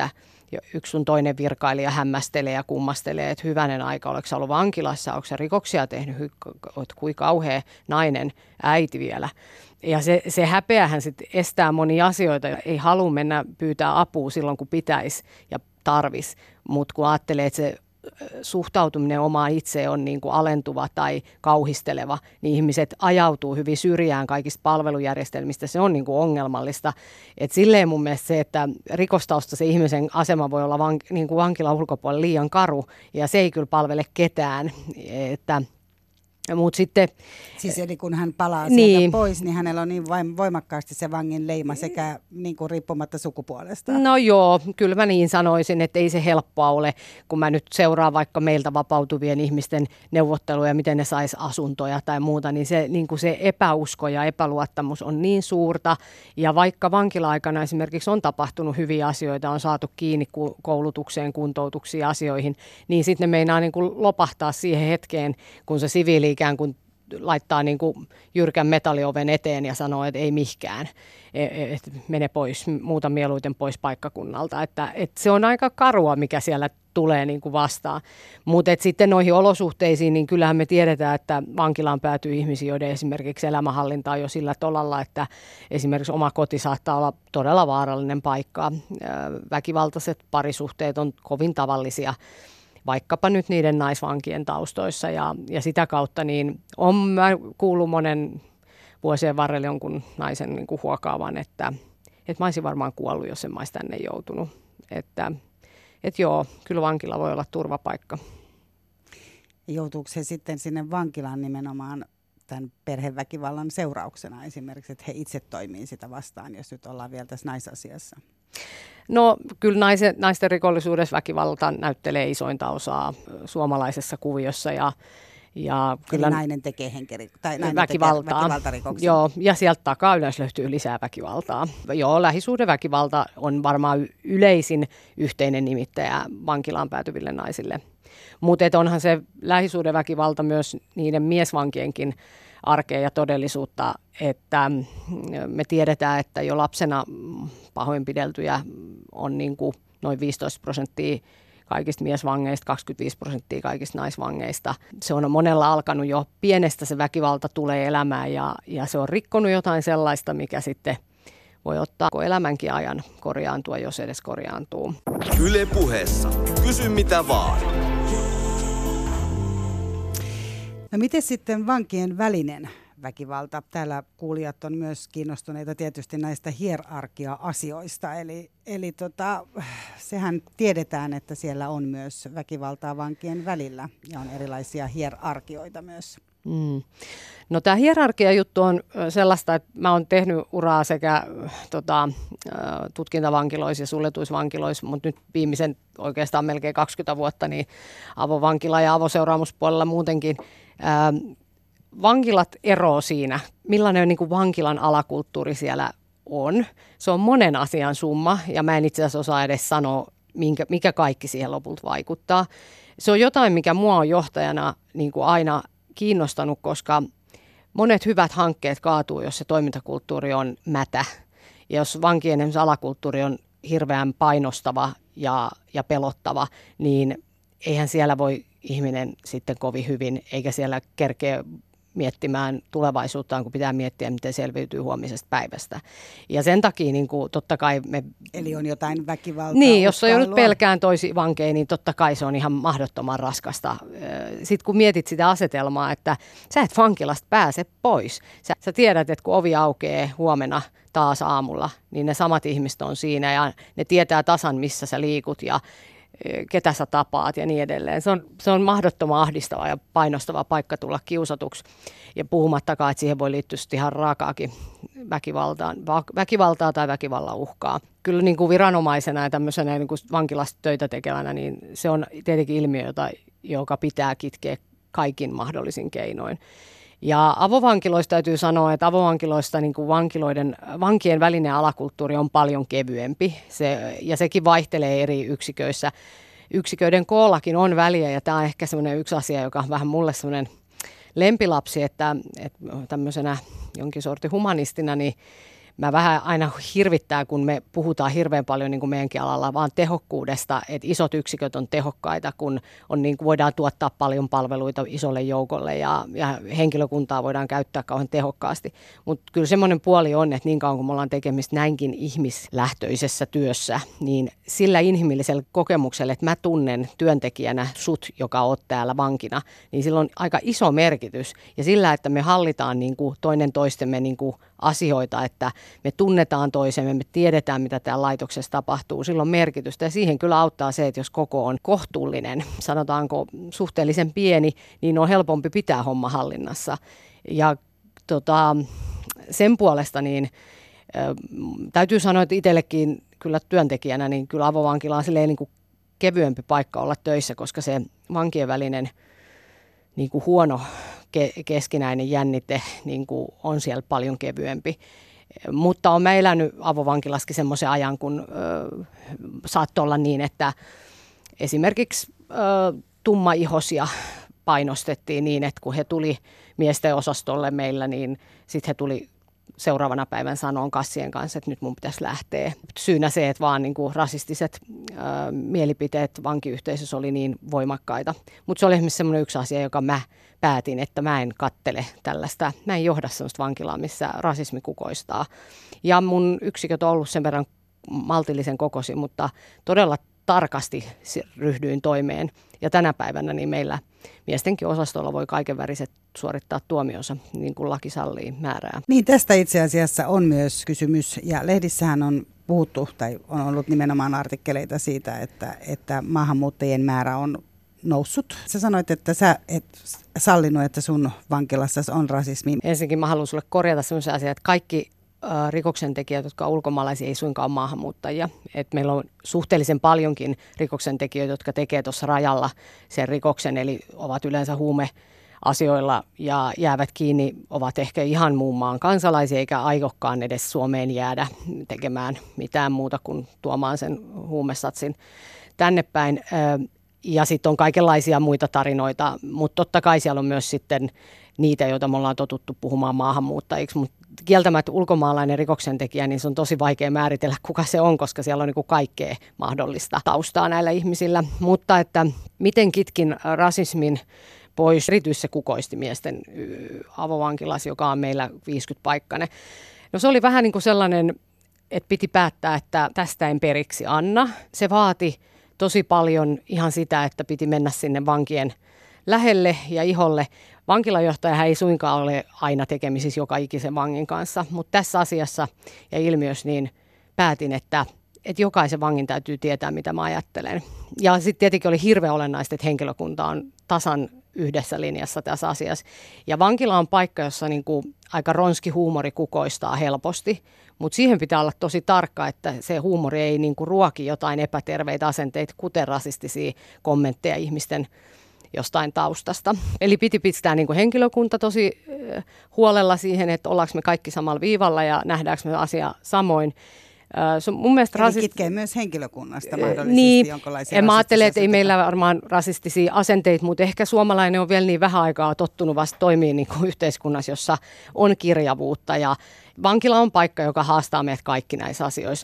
yksi sun toinen virkailija hämmästelee ja kummastelee, että hyvänen aika, oletko sä ollut vankilassa, onko sä rikoksia tehnyt, olet kuin kauhea nainen, äiti vielä. Ja se, se häpeähän sitten estää monia asioita, ei halua mennä pyytää apua silloin, kun pitäisi ja tarvisi, mutta kun ajattelee, että se suhtautuminen omaan itseen on niin kuin alentuva tai kauhisteleva, niin ihmiset ajautuu hyvin syrjään kaikista palvelujärjestelmistä. Se on niin kuin ongelmallista. Et silleen mun mielestä se, että rikostausta se ihmisen asema voi olla vank, niin kuin vankilan ulkopuolella liian karu, ja se ei kyllä palvele ketään. Että Mut sitten, siis eli kun hän palaa niin, sieltä pois, niin hänellä on niin voimakkaasti se vangin leima sekä niin kuin riippumatta sukupuolesta. No joo, kyllä mä niin sanoisin, että ei se helppoa ole, kun mä nyt seuraan vaikka meiltä vapautuvien ihmisten neuvotteluja, miten ne sais asuntoja tai muuta, niin se, niin kuin se epäusko ja epäluottamus on niin suurta. Ja vaikka vankila-aikana esimerkiksi on tapahtunut hyviä asioita, on saatu kiinni koulutukseen, kuntoutuksiin ja asioihin, niin sitten ne meinaa niin kuin lopahtaa siihen hetkeen, kun se siviili ikään kuin laittaa niin kuin jyrkän metallioven eteen ja sanoo, että ei mihkään, että mene pois, muuta mieluiten pois paikkakunnalta. Että, että se on aika karua, mikä siellä tulee niin kuin vastaan. Mutta sitten noihin olosuhteisiin, niin kyllähän me tiedetään, että vankilaan päätyy ihmisiä, joiden esimerkiksi elämänhallinta on jo sillä tolalla, että esimerkiksi oma koti saattaa olla todella vaarallinen paikka. Väkivaltaiset parisuhteet on kovin tavallisia, vaikkapa nyt niiden naisvankien taustoissa, ja, ja sitä kautta niin on mä kuullut monen vuosien varrella jonkun naisen niin kuin huokaavan, että, että mä olisin varmaan kuollut, jos en mä olisi tänne joutunut. Että, että joo, kyllä vankila voi olla turvapaikka. Joutuuko se sitten sinne vankilaan nimenomaan tämän perheväkivallan seurauksena esimerkiksi, että he itse toimii sitä vastaan, jos nyt ollaan vielä tässä naisasiassa? No kyllä naisen, naisten rikollisuudessa väkivalta näyttelee isointa osaa suomalaisessa kuviossa, ja, ja kyllä eli nainen tekee henkeri, tai nainen väkivaltaa. Tekee väkivaltarikoksia. Joo, ja sieltä takaa yleensä löytyy lisää väkivaltaa. Joo, lähisuhdeväkivalta on varmaan yleisin yhteinen nimittäjä vankilaan päätyville naisille. Mutta onhan se lähisuhdeväkivalta myös niiden miesvankienkin arkea ja todellisuutta, että me tiedetään, että jo lapsena pahoinpideltyjä on niin kuin noin viisitoista prosenttia kaikista miesvangeista, kaksikymmentäviisi prosenttia kaikista naisvangeista. Se on monella alkanut jo pienestä, se väkivalta tulee elämään, ja, ja se on rikkonut jotain sellaista, mikä sitten voi ottaa elämänkin ajan korjaantua, jos edes korjaantuu. Yle Puheessa. Kysy mitä vaan. No miten sitten vankien välinen väkivalta? Täällä kuulijat on myös kiinnostuneita tietysti näistä hierarkia-asioista. Eli, eli tota, sehän tiedetään, että siellä on myös väkivaltaa vankien välillä ja on erilaisia hierarkioita myös. Mm. No tämä hierarkia-juttu on sellaista, että mä oon tehnyt uraa sekä tota, tutkintavankiloissa ja suljetuissa vankiloissa, mutta nyt viimeisen oikeastaan melkein kaksikymmentä vuotta niin avovankila ja avoseuraamuspuolella muutenkin. Ää, vankilat eroo siinä, millainen niin kuin vankilan alakulttuuri siellä on. Se on monen asian summa, ja mä en itse asiassa osaa edes sanoa, minkä, mikä kaikki siihen lopulta vaikuttaa. Se on jotain, mikä mua on johtajana niin kuin aina kiinnostanut, koska monet hyvät hankkeet kaatuu, jos se toimintakulttuuri on mätä. Ja jos vankien alakulttuuri on hirveän painostava ja, ja pelottava, niin eihän siellä voi ihminen sitten kovin hyvin, eikä siellä kerkeä miettimään tulevaisuuttaan, kun pitää miettiä, miten selviytyy huomisesta päivästä. Ja sen takia niin kuin, totta kai me... Eli on jotain väkivaltaa. Niin, jos on joudut pelkään toisi vankeja, niin totta kai se on ihan mahdottoman raskasta. Sitten kun mietit sitä asetelmaa, että sä et vankilasta pääse pois. Sä, sä tiedät, että kun ovi aukeaa huomenna taas aamulla, niin ne samat ihmiset on siinä ja ne tietää tasan, missä sä liikut ja ketä sä tapaat ja niin edelleen. Se on, se on mahdottoman ahdistava ja painostava paikka tulla kiusatuksi. Ja puhumattakaan, että siihen voi liittyä ihan raakaakin väkivaltaa, väkivaltaa tai väkivallan uhkaa. Kyllä niin kuin viranomaisena ja tämmöisenä niin kuin vankilasta töitä tekevänä, niin se on tietenkin ilmiö, jota, joka pitää kitkeä kaikin mahdollisin keinoin. Ja avovankiloista täytyy sanoa, että avovankiloista niin kuin vankiloiden, vankien välinen alakulttuuri on paljon kevyempi, se, ja sekin vaihtelee eri yksiköissä. Yksiköiden koollakin on väliä, ja tämä on ehkä semmoinen yksi asia, joka on vähän mulle semmoinen lempilapsi, että, että tämmöisenä jonkin sortin humanistina, niin mä vähän aina hirvittää, kun me puhutaan hirveän paljon niin kuin meidänkin alalla vaan tehokkuudesta, että isot yksiköt on tehokkaita, kun on, niin kuin voidaan tuottaa paljon palveluita isolle joukolle ja, ja henkilökuntaa voidaan käyttää kauhean tehokkaasti. Mutta kyllä semmoinen puoli on, että niin kauan kun me ollaan tekemistä näinkin ihmislähtöisessä työssä, niin sillä inhimillisellä kokemuksella, että mä tunnen työntekijänä sut, joka oot täällä vankina, niin sillä on aika iso merkitys. Ja sillä, että me hallitaan niin kuin toinen toistemme niin kuin asioita, että me tunnetaan toisemme, me tiedetään, mitä täällä laitoksessa tapahtuu, sillä on merkitystä. Ja siihen kyllä auttaa se, että jos koko on kohtuullinen, sanotaanko suhteellisen pieni, niin on helpompi pitää homma hallinnassa. Ja tota, sen puolesta niin äh, täytyy sanoa, että itsellekin kyllä työntekijänä, niin kyllä avovankila on silleen niin kuin kevyempi paikka olla töissä, koska se vankien välinen niin kuin huono ke- keskinäinen jännite niin kuin on siellä paljon kevyempi. Mutta olen mä elänyt avovankilassakin semmoisen ajan, kun ö, saattoi olla niin, että esimerkiksi ö, tummaihosia painostettiin niin, että kun he tuli miesten osastolle meillä, niin sitten he tuli seuraavana päivän sanoon kassien kanssa, että nyt mun pitäisi lähteä. Syynä se, että vaan niin kuin rasistiset ö, mielipiteet vankiyhteisössä oli niin voimakkaita. Mutta se oli esimerkiksi semmoinen yksi asia, joka mä päätin, että mä en kattele tällaista, mä en johda sellaista vankilaa, missä rasismi kukoistaa. Ja mun yksiköt on ollut sen verran maltillisen kokoisin, mutta todella tarkasti ryhdyin toimeen. Ja tänä päivänä niin meillä miestenkin osastolla voi kaikenväriset suorittaa tuomionsa, niin kuin laki sallii määrää. Niin, tästä itse asiassa on myös kysymys, ja lehdissähän on puhuttu, tai on ollut nimenomaan artikkeleita siitä, että, että maahanmuuttajien määrä on noussut. Sä sanoit, että sä et sallinut, että sun vankilassa on rasismi. Ensinnäkin mä haluan sulle korjata sellaisen asian, että kaikki äh, rikoksentekijät, jotka on ulkomaalaisia, ei suinkaan ole maahanmuuttajia. Et meillä on suhteellisen paljonkin rikoksentekijöitä, jotka tekee tuossa rajalla sen rikoksen, eli ovat yleensä huumeasioilla ja jäävät kiinni, ovat ehkä ihan muun maan kansalaisia, eikä aikokkaan edes Suomeen jäädä tekemään mitään muuta kuin tuomaan sen huumesatsin tänne päin. Äh, Ja sitten on kaikenlaisia muita tarinoita, mutta totta kai siellä on myös sitten niitä, joita me ollaan totuttu puhumaan maahanmuuttajiksi. Mutta kieltämättä ulkomaalainen rikoksentekijä, niin se on tosi vaikea määritellä, kuka se on, koska siellä on niin kuin kaikkea mahdollista taustaa näillä ihmisillä. Mutta että miten kitkin rasismin pois, erityisesti se kukoisti miesten avovankilas, joka on meillä viisikymmentä-paikkainen. No se oli vähän niin kuin sellainen, että piti päättää, että tästä en periksi anna. Se vaati tosi paljon ihan sitä, että piti mennä sinne vankien lähelle ja iholle. Vankilajohtaja ei suinkaan ole aina tekemisissä joka ikisen vangin kanssa, mutta tässä asiassa ja ilmiössä niin päätin, että, että jokaisen vangin täytyy tietää, mitä mä ajattelen. Ja sitten tietenkin oli hirveän olennaista, että henkilökunta on tasan yhdessä linjassa tässä asiassa. Ja vankila on paikka, jossa niin kuin aika ronski huumori kukoistaa helposti, mutta siihen pitää olla tosi tarkka, että se huumori ei niin kuin ruoki jotain epäterveitä asenteita, kuten rasistisia kommentteja ihmisten jostain taustasta. Eli piti pistää niin kuin henkilökunta tosi huolella siihen, että ollaanko me kaikki samalla viivalla ja nähdäänkö me asia samoin. Se on mun mielestä Eli rasist... kitkee myös henkilökunnasta mahdollisesti niin, jonkinlaisia en mä ajattele, että ei asenteita. meillä varmaan rasistisia asenteita, mutta ehkä suomalainen on vielä niin vähän aikaa tottunut vasta toimia niin kuin yhteiskunnassa, jossa on kirjavuutta. Ja vankila on paikka, joka haastaa meidät kaikki näissä asioissa.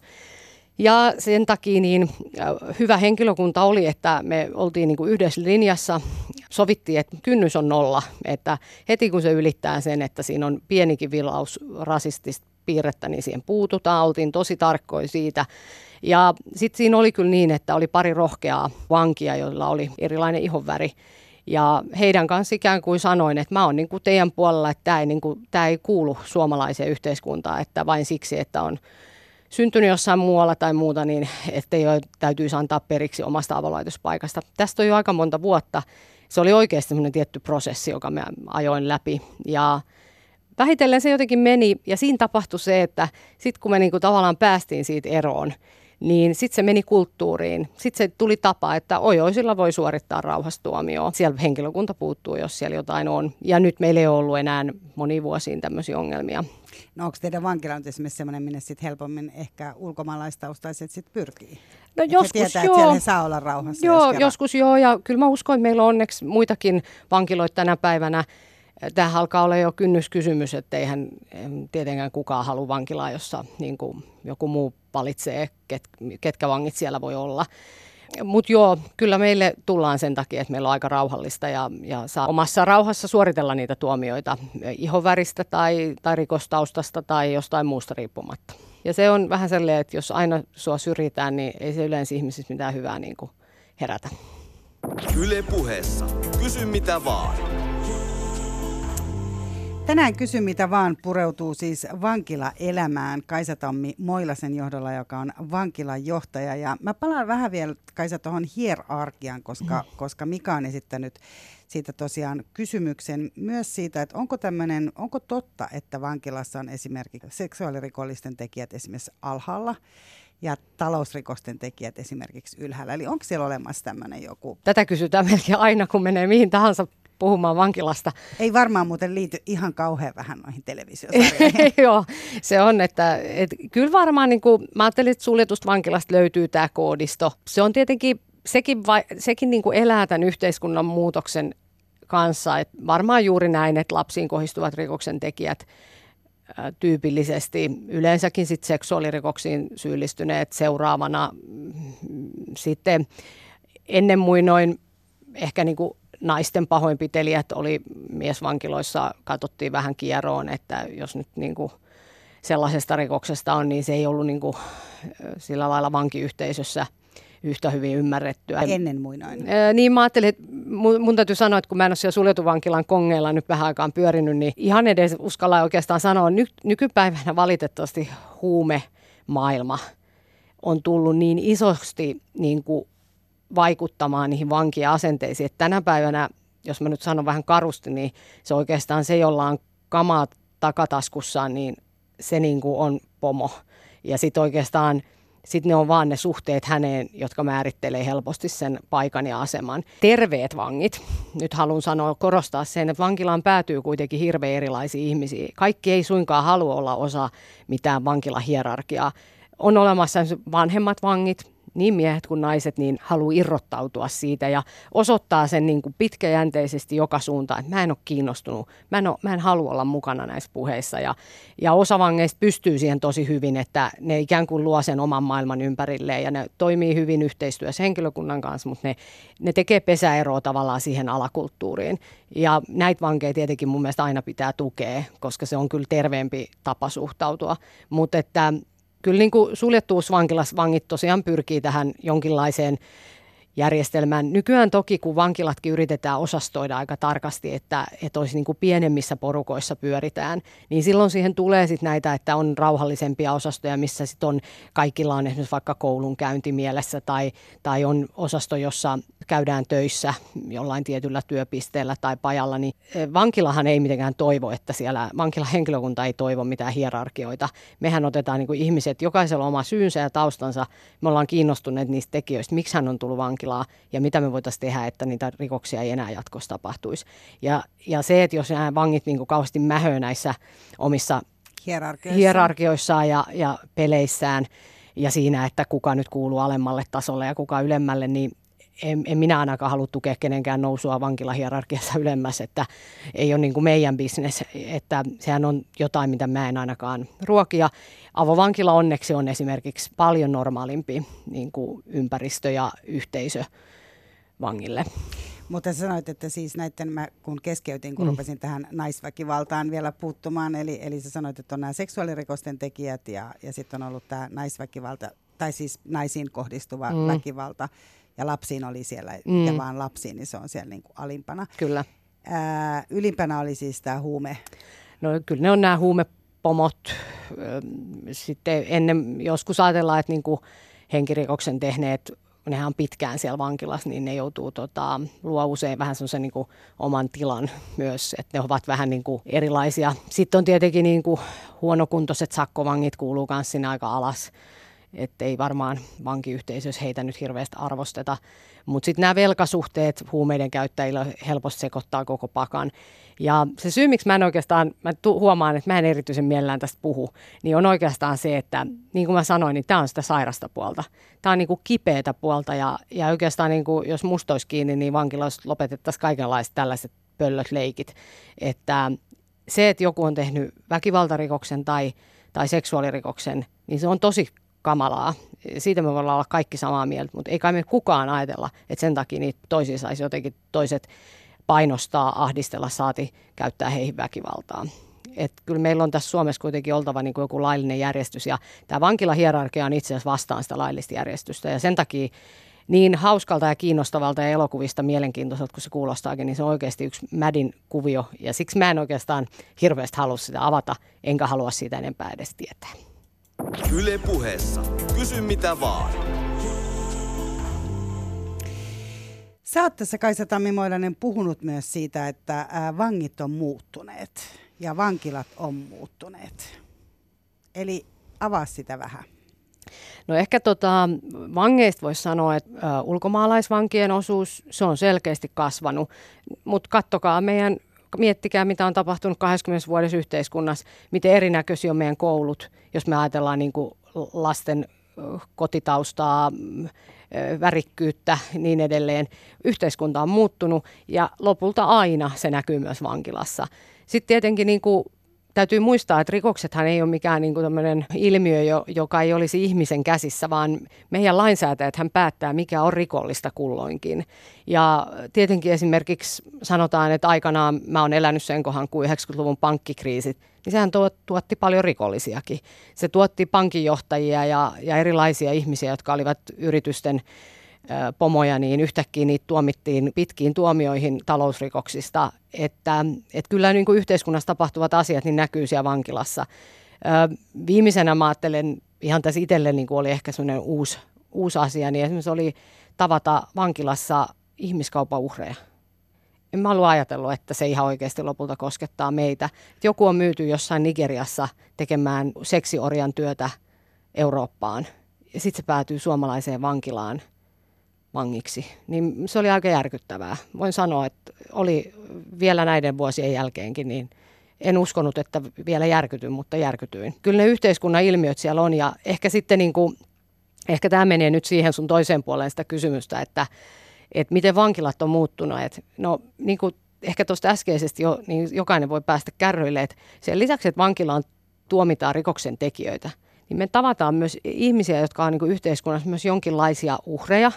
Ja sen takia niin hyvä henkilökunta oli, että me oltiin niin kuin yhdessä linjassa. Sovittiin, että kynnys on nolla, että heti kun se ylittää sen, että siinä on pienikin vilaus rasistista piirrettä, niin siihen puututaan. Oltiin tosi tarkkoja siitä. Ja sitten siinä oli kyllä niin, että oli pari rohkeaa vankia, joilla oli erilainen ihonväri. Ja heidän kanssa ikään kuin sanoin, että mä oon niin kuin teidän puolella, että tämä ei, niin kuin, tämä ei kuulu suomalaiseen yhteiskuntaan, että vain siksi, että on syntynyt jossain muualla tai muuta, niin ettei ole, täytyisi antaa periksi omasta avolaitospaikasta. Tästä on jo aika monta vuotta. Se oli oikeasti semmoinen tietty prosessi, joka mä ajoin läpi. Ja vähitellen se jotenkin meni, ja siinä tapahtui se, että sitten kun me niinku tavallaan päästiin siitä eroon, niin sitten se meni kulttuuriin. Sitten se tuli tapa, että ojoisilla voi suorittaa rauhastuomioon. Siellä henkilökunta puuttuu, jos siellä jotain on. Ja nyt meillä ei ole ollut enää moniin vuosiin tämmöisiä ongelmia. No onko teidän vankila nyt esimerkiksi sellainen, minne sitten helpommin ehkä ulkomaalaistaustaiset sitten pyrkii? No Et joskus he tietää, joo. että siellä he saa olla rauhassa. Joo, jos joskus joo, ja kyllä mä uskon, että meillä on onneksi muitakin vankiloita tänä päivänä, Tämähän alkaa olla jo kynnyskysymys, että eihän tietenkään kukaan halua vankilaa, jossa niin kuin joku muu valitsee, ket, ketkä vangit siellä voi olla. Mutta joo, kyllä meille tullaan sen takia, että meillä on aika rauhallista ja, ja saa omassa rauhassa suoritella niitä tuomioita ihonväristä tai, tai rikostaustasta tai jostain muusta riippumatta. Ja se on vähän sellainen, että jos aina sua syrjitään, niin ei se yleensä ihmisissä mitään hyvää niin kuin herätä. Yle Puheessa. Kysy mitä vaan. Tänään Kysy mitä vaan pureutuu siis vankilaelämään Kaisa Tammi Moilasen johdolla, joka on vankilan johtaja. Ja mä palaan vähän vielä, Kaisa, tuohon hierarkiaan, koska, mm. koska Mika on esittänyt siitä tosiaan kysymyksen myös siitä, että onko tämmöinen, onko totta, että vankilassa on esimerkiksi seksuaalirikollisten tekijät esimerkiksi alhaalla ja talousrikosten tekijät esimerkiksi ylhäällä. Eli onko siellä olemassa tämmöinen joku? Tätä kysytään melkein aina, kun menee mihin tahansa puhumaan vankilasta. Ei varmaan muuten liity ihan kauhean vähän noihin televisiosarjoihin. Joo, se on, että et, kyllä varmaan, niin kuin, mä ajattelin, että suljetusta vankilasta löytyy tämä koodisto. Se on tietenkin, sekin, vai, sekin niin kuin elää tämän yhteiskunnan muutoksen kanssa. Et varmaan juuri näin, että lapsiin kohdistuvat rikoksentekijät ää, tyypillisesti, yleensäkin sit seksuaalirikoksiin syyllistyneet seuraavana mm, sitten ennen muinoin ehkä niin kuin naisten pahoinpitelijät oli miesvankiloissa, katsottiin vähän kieroon, että jos nyt niin kuin sellaisesta rikoksesta on, niin se ei ollut niin kuin sillä lailla vankiyhteisössä yhtä hyvin ymmärrettyä. Ennen muinoin. Ee, niin mä ajattelin, että mun, mun täytyy sanoa, että kun mä en ole siellä suljetun vankilan kongeilla nyt vähän aikaan pyörinyt, niin ihan edes uskalla oikeastaan sanoa, ny, nykypäivänä valitettavasti huumemaailma on tullut niin isosti niin kuin vaikuttamaan niihin vankien asenteisiin. Että tänä päivänä, jos mä nyt sanon vähän karusti, niin se oikeastaan se, jolla on kamaa takataskussaan, niin se niin kuin on pomo. Ja sitten oikeastaan sit ne on vaan ne suhteet häneen, jotka määrittelee helposti sen paikan ja aseman. Terveet vangit, nyt haluan sanoa, korostaa sen, että vankilaan päätyy kuitenkin hirveän erilaisia ihmisiä. Kaikki ei suinkaan halua olla osa mitään vankilahierarkiaa. On olemassa vanhemmat vangit, niin miehet kuin naiset, niin haluaa irrottautua siitä ja osoittaa sen niin kuin pitkäjänteisesti joka suuntaan, että mä en ole kiinnostunut, mä en, ole, mä en halua olla mukana näissä puheissa. Ja, ja osa vangeista pystyy siihen tosi hyvin, että ne ikään kuin luo sen oman maailman ympärilleen ja ne toimii hyvin yhteistyössä henkilökunnan kanssa, mutta ne, ne tekee pesäeroa tavallaan siihen alakulttuuriin. Ja näitä vankeja tietenkin mun mielestä aina pitää tukea, koska se on kyllä terveempi tapa suhtautua, mutta että kyllä niin kuin suljettuus vankilassa vangit tosiaan pyrkii tähän jonkinlaiseen järjestelmään. Nykyään toki, kun vankilatkin yritetään osastoida aika tarkasti, että, että olisi niin kuin pienemmissä porukoissa pyöritään, niin silloin siihen tulee sitten näitä, että on rauhallisempia osastoja, missä sitten on, kaikilla on esimerkiksi vaikka koulunkäynti mielessä tai, tai on osasto, jossa käydään töissä jollain tietyllä työpisteellä tai pajalla, niin vankilahan ei mitenkään toivo, että siellä vankilan henkilökunta ei toivo mitään hierarkioita. Mehän otetaan niin kuin ihmiset, jokaisella oma syynsä ja taustansa, me ollaan kiinnostuneet niistä tekijöistä, miksi hän on tullut vankilaa ja mitä me voitaisiin tehdä, että niitä rikoksia ei enää jatkossa tapahtuisi. Ja, ja se, että jos nämä vangit niin kuin kauheasti mähöö näissä omissa hierarkioissa. hierarkioissaan ja, ja peleissään ja siinä, että kuka nyt kuuluu alemmalle tasolle ja kuka ylemmälle, niin En, en minä ainakaan halua tukea kenenkään nousua vankilahierarkiassa ylemmäs, että ei ole niin kuin meidän bisnes, että sehän on jotain, mitä mä en ainakaan ruokia. Avovankila onneksi on esimerkiksi paljon normaalimpi niin kuin ympäristö ja yhteisö vangille. Mutta sä sanoit, että siis näiden, mä kun keskeytin, kun mm. rupesin tähän naisväkivaltaan vielä puuttumaan, eli, eli sä sanoit, että on nämä seksuaalirikosten tekijät ja, ja sitten on ollut tämä naisväkivalta, tai siis naisiin kohdistuva mm. väkivalta. Ja lapsiin oli siellä, mm. ja vaan lapsiin, niin se on siellä niin kuin alimpana. Kyllä. Ää, ylimpänä oli siis tämä huume. No kyllä ne on nämä huumepomot. Sitten ennen joskus ajatellaan, että niin kuin henkirikoksen tehneet, nehän on pitkään siellä vankilassa, niin ne joutuu, tota, luo usein vähän semmoisen niin kuin oman tilan myös, että ne ovat vähän niin kuin erilaisia. Sitten on tietenkin niin kuin huonokuntoiset sakkovangit kuuluu myös sinne aika alas. Että ei varmaan vankiyhteisössä heitä nyt hirveästi arvosteta. Mutta sitten nämä velkasuhteet huumeiden käyttäjillä helposti sekoittaa koko pakan. Ja se syy, miksi mä en oikeastaan, mä tu- huomaan, että mä en erityisen mielellään tästä puhu, niin on oikeastaan se, että niin kuin mä sanoin, niin tämä on sitä sairasta puolta. Tämä on niin kuin kipeätä puolta ja, ja oikeastaan niin kuin, jos musta olisi kiinni, niin vankiloissa lopetettaisiin kaikenlaiset tällaiset pöllöt leikit. Että se, että joku on tehnyt väkivaltarikoksen tai, tai seksuaalirikoksen, niin se on tosi kamalaa. Siitä me voidaan olla kaikki samaa mieltä, mutta ei kai me kukaan ajatella, että sen takia niitä toisia saisi jotenkin toiset painostaa, ahdistella, saati käyttää heihin väkivaltaa. Et kyllä meillä on tässä Suomessa kuitenkin oltava niin kuin joku laillinen järjestys, ja tämä vankilahierarkia on itse asiassa vastaan sitä laillista järjestystä, ja sen takia niin hauskalta ja kiinnostavalta ja elokuvista mielenkiintoiselta, kun se kuulostaakin, niin se on oikeasti yksi mädin kuvio, ja siksi mä en oikeastaan hirveästi halua sitä avata, enkä halua siitä enempää edes tietää. Yle Puheessa. Kysy mitä vaan. Sä oot tässä, Kaisa Tammi-Moilanen, puhunut myös siitä, että vangit on muuttuneet ja vankilat on muuttuneet. Eli avaa sitä vähän. No ehkä tota, vangeista voisi sanoa, että ä, ulkomaalaisvankien osuus, se on selkeästi kasvanut, mutta kattokaa meidän, miettikää mitä on tapahtunut kaksikymmentä vuodessa yhteiskunnassa, miten erinäköisiä on meidän koulut, jos me ajatellaan niin kuin lasten kotitaustaa, värikkyyttä niin edelleen. Yhteiskunta on muuttunut ja lopulta aina se näkyy myös vankilassa. Sitten tietenkin niin kuin täytyy muistaa, että rikoksethan ei ole mikään niin kuin tämmöinen ilmiö, joka ei olisi ihmisen käsissä, vaan meidän lainsäätäjät hän päättää, mikä on rikollista kulloinkin. Ja tietenkin esimerkiksi sanotaan, että aikanaan mä oon elänyt sen kohan kuin yhdeksänkymmentäluvun pankkikriisit, niin sehän tuotti paljon rikollisiakin. Se tuotti pankinjohtajia ja, ja erilaisia ihmisiä, jotka olivat yritysten pomoja, niin yhtäkkiä niitä tuomittiin pitkiin tuomioihin talousrikoksista, että, että kyllä niin kuin yhteiskunnassa tapahtuvat asiat niin näkyy siellä vankilassa. Viimeisenä mä ajattelen, ihan tässä itselle niin kuin oli ehkä sellainen uusi, uusi asia, niin esimerkiksi oli tavata vankilassa ihmiskaupan uhreja. En mä ollut ajatellut, että se ihan oikeasti lopulta koskettaa meitä. Että joku on myyty jossain Nigeriassa tekemään seksiorjan työtä Eurooppaan ja sitten se päätyy suomalaiseen vankilaan vangiksi, niin se oli aika järkyttävää. Voin sanoa, että oli vielä näiden vuosien jälkeenkin, niin en uskonut, että vielä järkytyin, mutta järkytyin. Kyllä ne yhteiskunnan ilmiöt siellä on, ja ehkä sitten niin kuin, ehkä tämä menee nyt siihen sun toiseen puoleen sitä kysymystä, että, että miten vankilat on muuttunut. Että no niin kuin ehkä tuosta äskeisesti jo, niin jokainen voi päästä kärryille, että sen lisäksi, että vankilaan tuomitaan rikoksen tekijöitä, niin me tavataan myös ihmisiä, jotka on niin kuin yhteiskunnassa myös jonkinlaisia uhreja.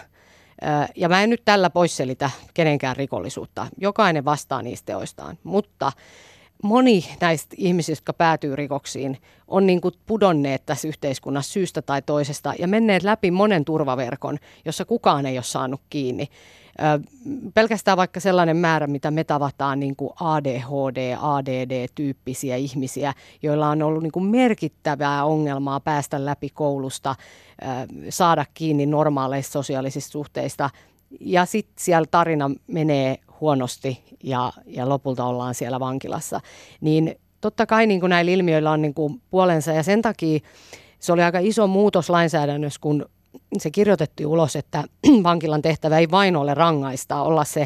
Ja mä en nyt tällä poisselitä kenenkään rikollisuutta. Jokainen vastaa niistä teoistaan, mutta moni näistä ihmisistä, jotka päätyy rikoksiin, on niin kuin pudonneet tässä yhteiskunnassa syystä tai toisesta ja menneet läpi monen turvaverkon, jossa kukaan ei ole saanut kiinni. Pelkästään vaikka sellainen määrä, mitä me tavataan niin kuin A D H D, A D D-tyyppisiä ihmisiä, joilla on ollut niin kuin merkittävää ongelmaa päästä läpi koulusta, saada kiinni normaaleista sosiaalisista suhteista. Ja sitten siellä tarina menee huonosti ja, ja lopulta ollaan siellä vankilassa. Niin totta kai niin kuin näillä ilmiöillä on niin kuin puolensa, ja sen takia se oli aika iso muutos lainsäädännössä, kun se kirjoitettiin ulos, että vankilan tehtävä ei vain ole rangaista, olla se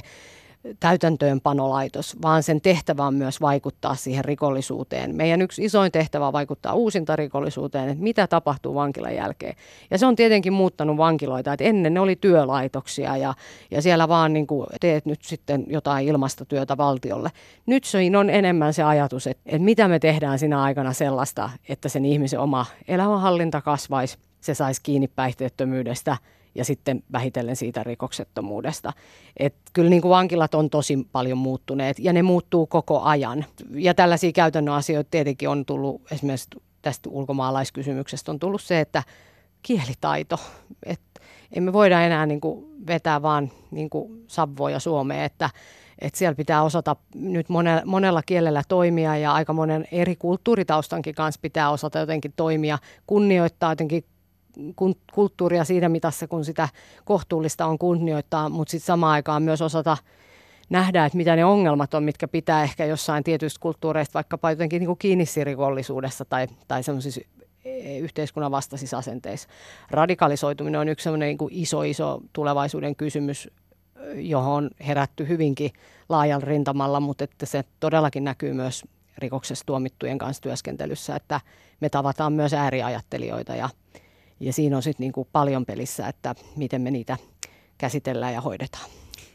täytäntöönpanolaitos, vaan sen tehtävä on myös vaikuttaa siihen rikollisuuteen. Meidän yksi isoin tehtävä on vaikuttaa uusintarikollisuuteen, että mitä tapahtuu vankilan jälkeen. Ja se on tietenkin muuttanut vankiloita, että ennen ne oli työlaitoksia ja, ja siellä vaan niin kuin teet nyt sitten jotain ilmastotyötä valtiolle. Nyt se on enemmän se ajatus, että, että mitä me tehdään siinä aikana sellaista, että sen ihmisen oma elämänhallinta kasvaisi, se saisi kiinni päihteettömyydestä ja sitten vähitellen siitä rikoksettomuudesta. Et kyllä niin kuin vankilat on tosi paljon muuttuneet ja ne muuttuu koko ajan. Ja tällaisia käytännön asioita tietenkin on tullut, esimerkiksi tästä ulkomaalaiskysymyksestä on tullut se, että kielitaito. Et emme voida enää niin kuin vetää vaan niin kuin Savoa Suomeen, että että siellä pitää osata nyt monella, monella kielellä toimia ja aika monen eri kulttuuritaustankin kanssa pitää osata jotenkin toimia, kunnioittaa jotenkin kulttuuria siinä mitassa, kun sitä kohtuullista on kunnioittaa, mutta sitten samaan aikaan myös osata nähdä, että mitä ne ongelmat on, mitkä pitää ehkä jossain tietyistä kulttuureista vaikkapa jotenkin niin kuin kiinni rikollisuudessa tai, tai semmoisissa yhteiskunnan vastaisissa asenteissa. Radikalisoituminen on yksi semmoinen niin kuin iso, iso tulevaisuuden kysymys, johon on herätty hyvinkin laajalla rintamalla, mutta että se todellakin näkyy myös rikoksessa tuomittujen kanssa työskentelyssä, että me tavataan myös ääriajattelijoita ja Ja siinä on sitten niinku paljon pelissä, että miten me niitä käsitellään ja hoidetaan.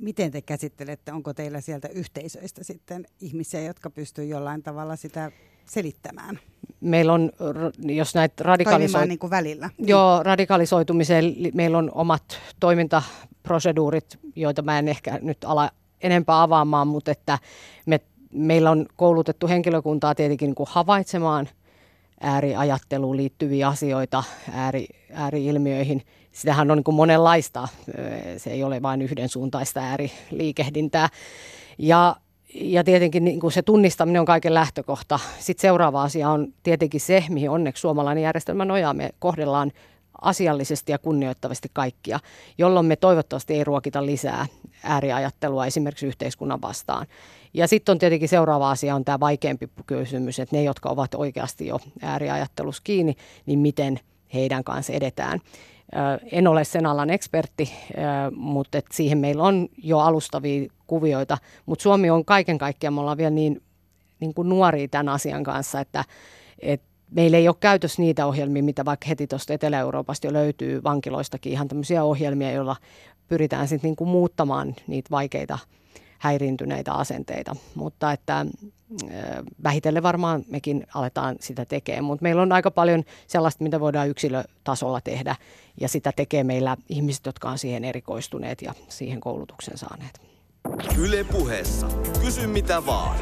miten te käsittelette, onko teillä sieltä yhteisöistä sitten ihmisiä, jotka pystyy jollain tavalla sitä selittämään? Meillä on, jos näitä radikalisoit... niin kuin välillä. Joo, radikalisoitumiseen meillä on omat toimintaproseduurit, joita mä en ehkä nyt ala enempää avaamaan, mutta että me, meillä on koulutettu henkilökuntaa tietenkin niin kuin havaitsemaan ääriajatteluun liittyviä asioita, ääri, ääri-ilmiöihin. Sitähän on niin kuin monenlaista, se ei ole vain yhdensuuntaista ääriliikehdintää. Ja, ja tietenkin niin kuin se tunnistaminen on kaiken lähtökohta. Sitten seuraava asia on tietenkin se, mihin onneksi suomalainen järjestelmä nojaa. Me kohdellaan asiallisesti ja kunnioittavasti kaikkia, jolloin me toivottavasti ei ruokita lisää ääriajattelua esimerkiksi yhteiskunnan vastaan. Ja sitten on tietenkin seuraava asia on tämä vaikeampi kysymys, että ne, jotka ovat oikeasti jo ääriajattelussa kiinni, niin miten heidän kanssa edetään. En ole sen alan ekspertti, mutta et siihen meillä on jo alustavia kuvioita, mutta Suomi on kaiken kaikkiaan, me ollaan vielä niin, niin kuin nuoria tämän asian kanssa, että, että meillä ei ole käytössä niitä ohjelmia, mitä vaikka heti tuosta Etelä-Euroopasta jo löytyy vankiloistakin, ihan tämmöisiä ohjelmia, joilla pyritään sitten niin kuin muuttamaan niitä vaikeita häiriintyneitä asenteita, mutta että vähitellen varmaan mekin aletaan sitä tekemään, mutta meillä on aika paljon sellaista, mitä voidaan yksilötasolla tehdä ja sitä tekee meillä ihmiset, jotka on siihen erikoistuneet ja siihen koulutuksen saaneet. Yle Puheessa. Kysy mitä vaan.